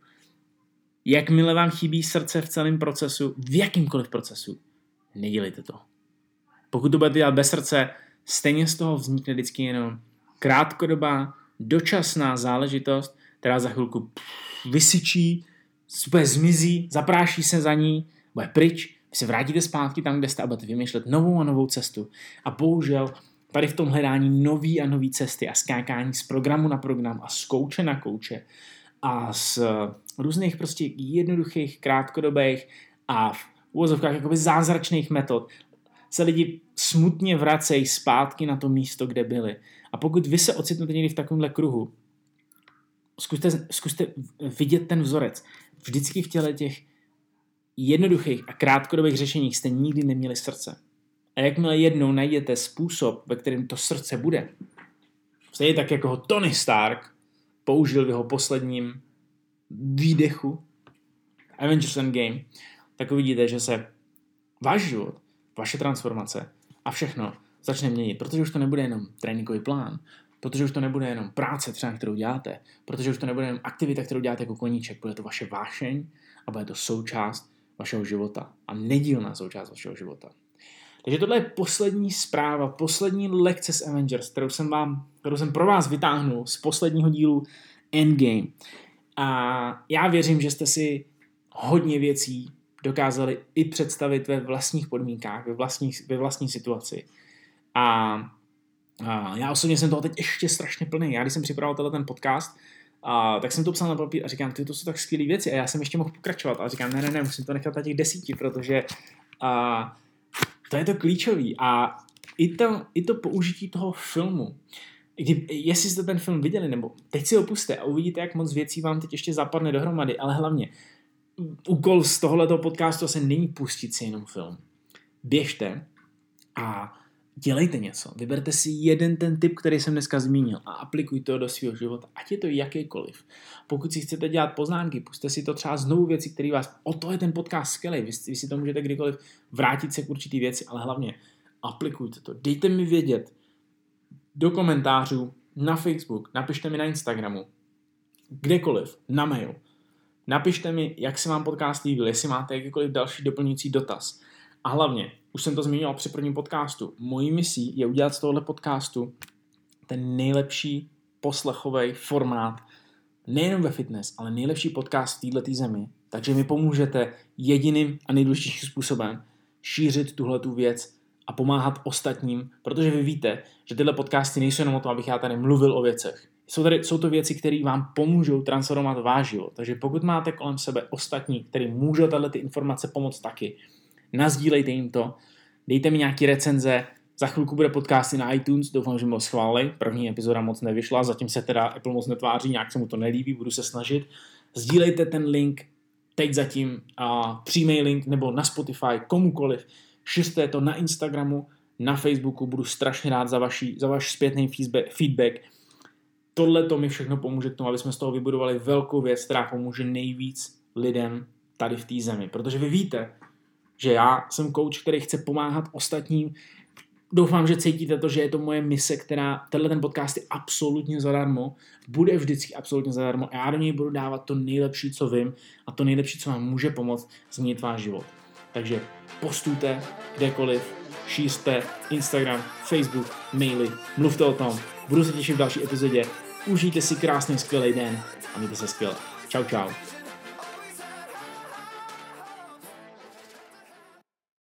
Jakmile vám chybí srdce v celém procesu, v jakýmkoliv procesu, nedělejte to. Pokud to budete dělat bez srdce, stejně z toho vznikne vždycky jenom krátkodobá, dočasná záležitost, která za chvilku pff, vysyčí, super zmizí, zapráší se za ní, bude pryč, vy se vrátíte zpátky tam, kde jste a budete vymýšlet novou a novou cestu. A bohužel tady v tom hledání nový a nový cesty a skákání z programu na program a z kouče na kouče a z různých prostě jednoduchých, krátkodobých a v uvozovkách jakoby zázračných metod se lidi smutně vracejí zpátky na to místo, kde byli. A pokud vy se ocitnete někdy v takovémhle kruhu, zkuste, zkuste vidět ten vzorec. Vždycky v těle těch jednoduchých a krátkodobých řešeních jste nikdy neměli srdce. A jakmile jednou najdete způsob, ve kterém to srdce bude, stejně tak, jako ho Tony Stark použil v jeho posledním výdechu Avengers Endgame, tak uvidíte, že se váš život, vaše transformace a všechno začne měnit, protože už to nebude jenom tréninkový plán, protože už to nebude jenom práce třeba, kterou děláte, protože už to nebude jenom aktivita, kterou děláte jako koníček, bude to vaše vášeň a bude to součást vašeho života a nedílná součást vašeho života. Takže tohle je poslední zpráva, poslední lekce z Avengers, kterou jsem, vám, kterou jsem pro vás vytáhnul z posledního dílu Endgame. A já věřím, že jste si hodně věcí dokázali i představit ve vlastních podmínkách, ve vlastní, ve vlastní situaci. A, a já osobně jsem toho teď ještě strašně plný. Já když jsem připravoval ten podcast, a, tak jsem to psal na papír a říkám, ty to jsou tak skvělé věci a já jsem ještě mohl pokračovat. A říkám, ne, ne, ne, musím to nechat na těch desíti, protože a, to je to klíčový. A i to, i to použití toho filmu, kdy, jestli jste ten film viděli, nebo teď si ho puste a uvidíte, jak moc věcí vám teď ještě zapadne dohromady, ale hlavně úkol z tohoto podcastu asi není pustit si jenom film. Běžte a dělejte něco. Vyberte si jeden ten tip, který jsem dneska zmínil a aplikujte ho do svého života, ať je to jakýkoliv. Pokud si chcete dělat poznámky, puste si to třeba znovu věci, které vás, o to je ten podcast skvělý, vy, vy si to můžete kdykoliv vrátit se k určitý věci, ale hlavně aplikujte to. Dejte mi vědět do komentářů, na Facebook, napište mi na Instagramu, kdekoliv, na mail. Napište mi, jak se vám podcast líbil, jestli máte jakýkoliv další doplňující dotaz. A hlavně, už jsem to zmínil při prvním podcastu, mojí misí je udělat z tohohle podcastu ten nejlepší poslechový formát, nejen ve fitness, ale nejlepší podcast v této zemi. Takže mi pomůžete jediným a nejdůležitějším způsobem šířit tuhletu věc a pomáhat ostatním, protože vy víte, že tyhle podcasty nejsou jenom o tom, abych já tady mluvil o věcech. Jsou, tady, jsou to věci, které vám pomůžou transformovat váš život. Takže pokud máte kolem sebe ostatní, který můžou tato ty informace pomoct taky, nazdílejte jim to, dejte mi nějaký recenze, za chvilku bude podcasty na iTunes, doufám, že mi ho schválili, první epizoda moc nevyšla, zatím se teda Apple moc netváří, nějak se mu to nelíbí, budu se snažit. Sdílejte ten link, teď zatím a přímý link, nebo na Spotify, komukoliv, šiřte to na Instagramu, na Facebooku, budu strašně rád za, vaši, za váš zpětný feedback. Tohle to mi všechno pomůže k tomu, aby jsme z toho vybudovali velkou věc, která pomůže nejvíc lidem tady v té zemi. Protože vy víte, že já jsem coach, který chce pomáhat ostatním. Doufám, že cítíte to, že je to moje mise, která, tenhle ten podcast je absolutně zadarmo, bude vždycky absolutně zadarmo a já do něj budu dávat to nejlepší, co vím a to nejlepší, co vám může pomoct změnit váš život. Takže postujte kdekoliv, šířte Instagram, Facebook, maily, mluvte o tom. Budu se těšit v další epizodě. Užijte si krásný, skvělý den a mějte se skvěle. Čau, čau.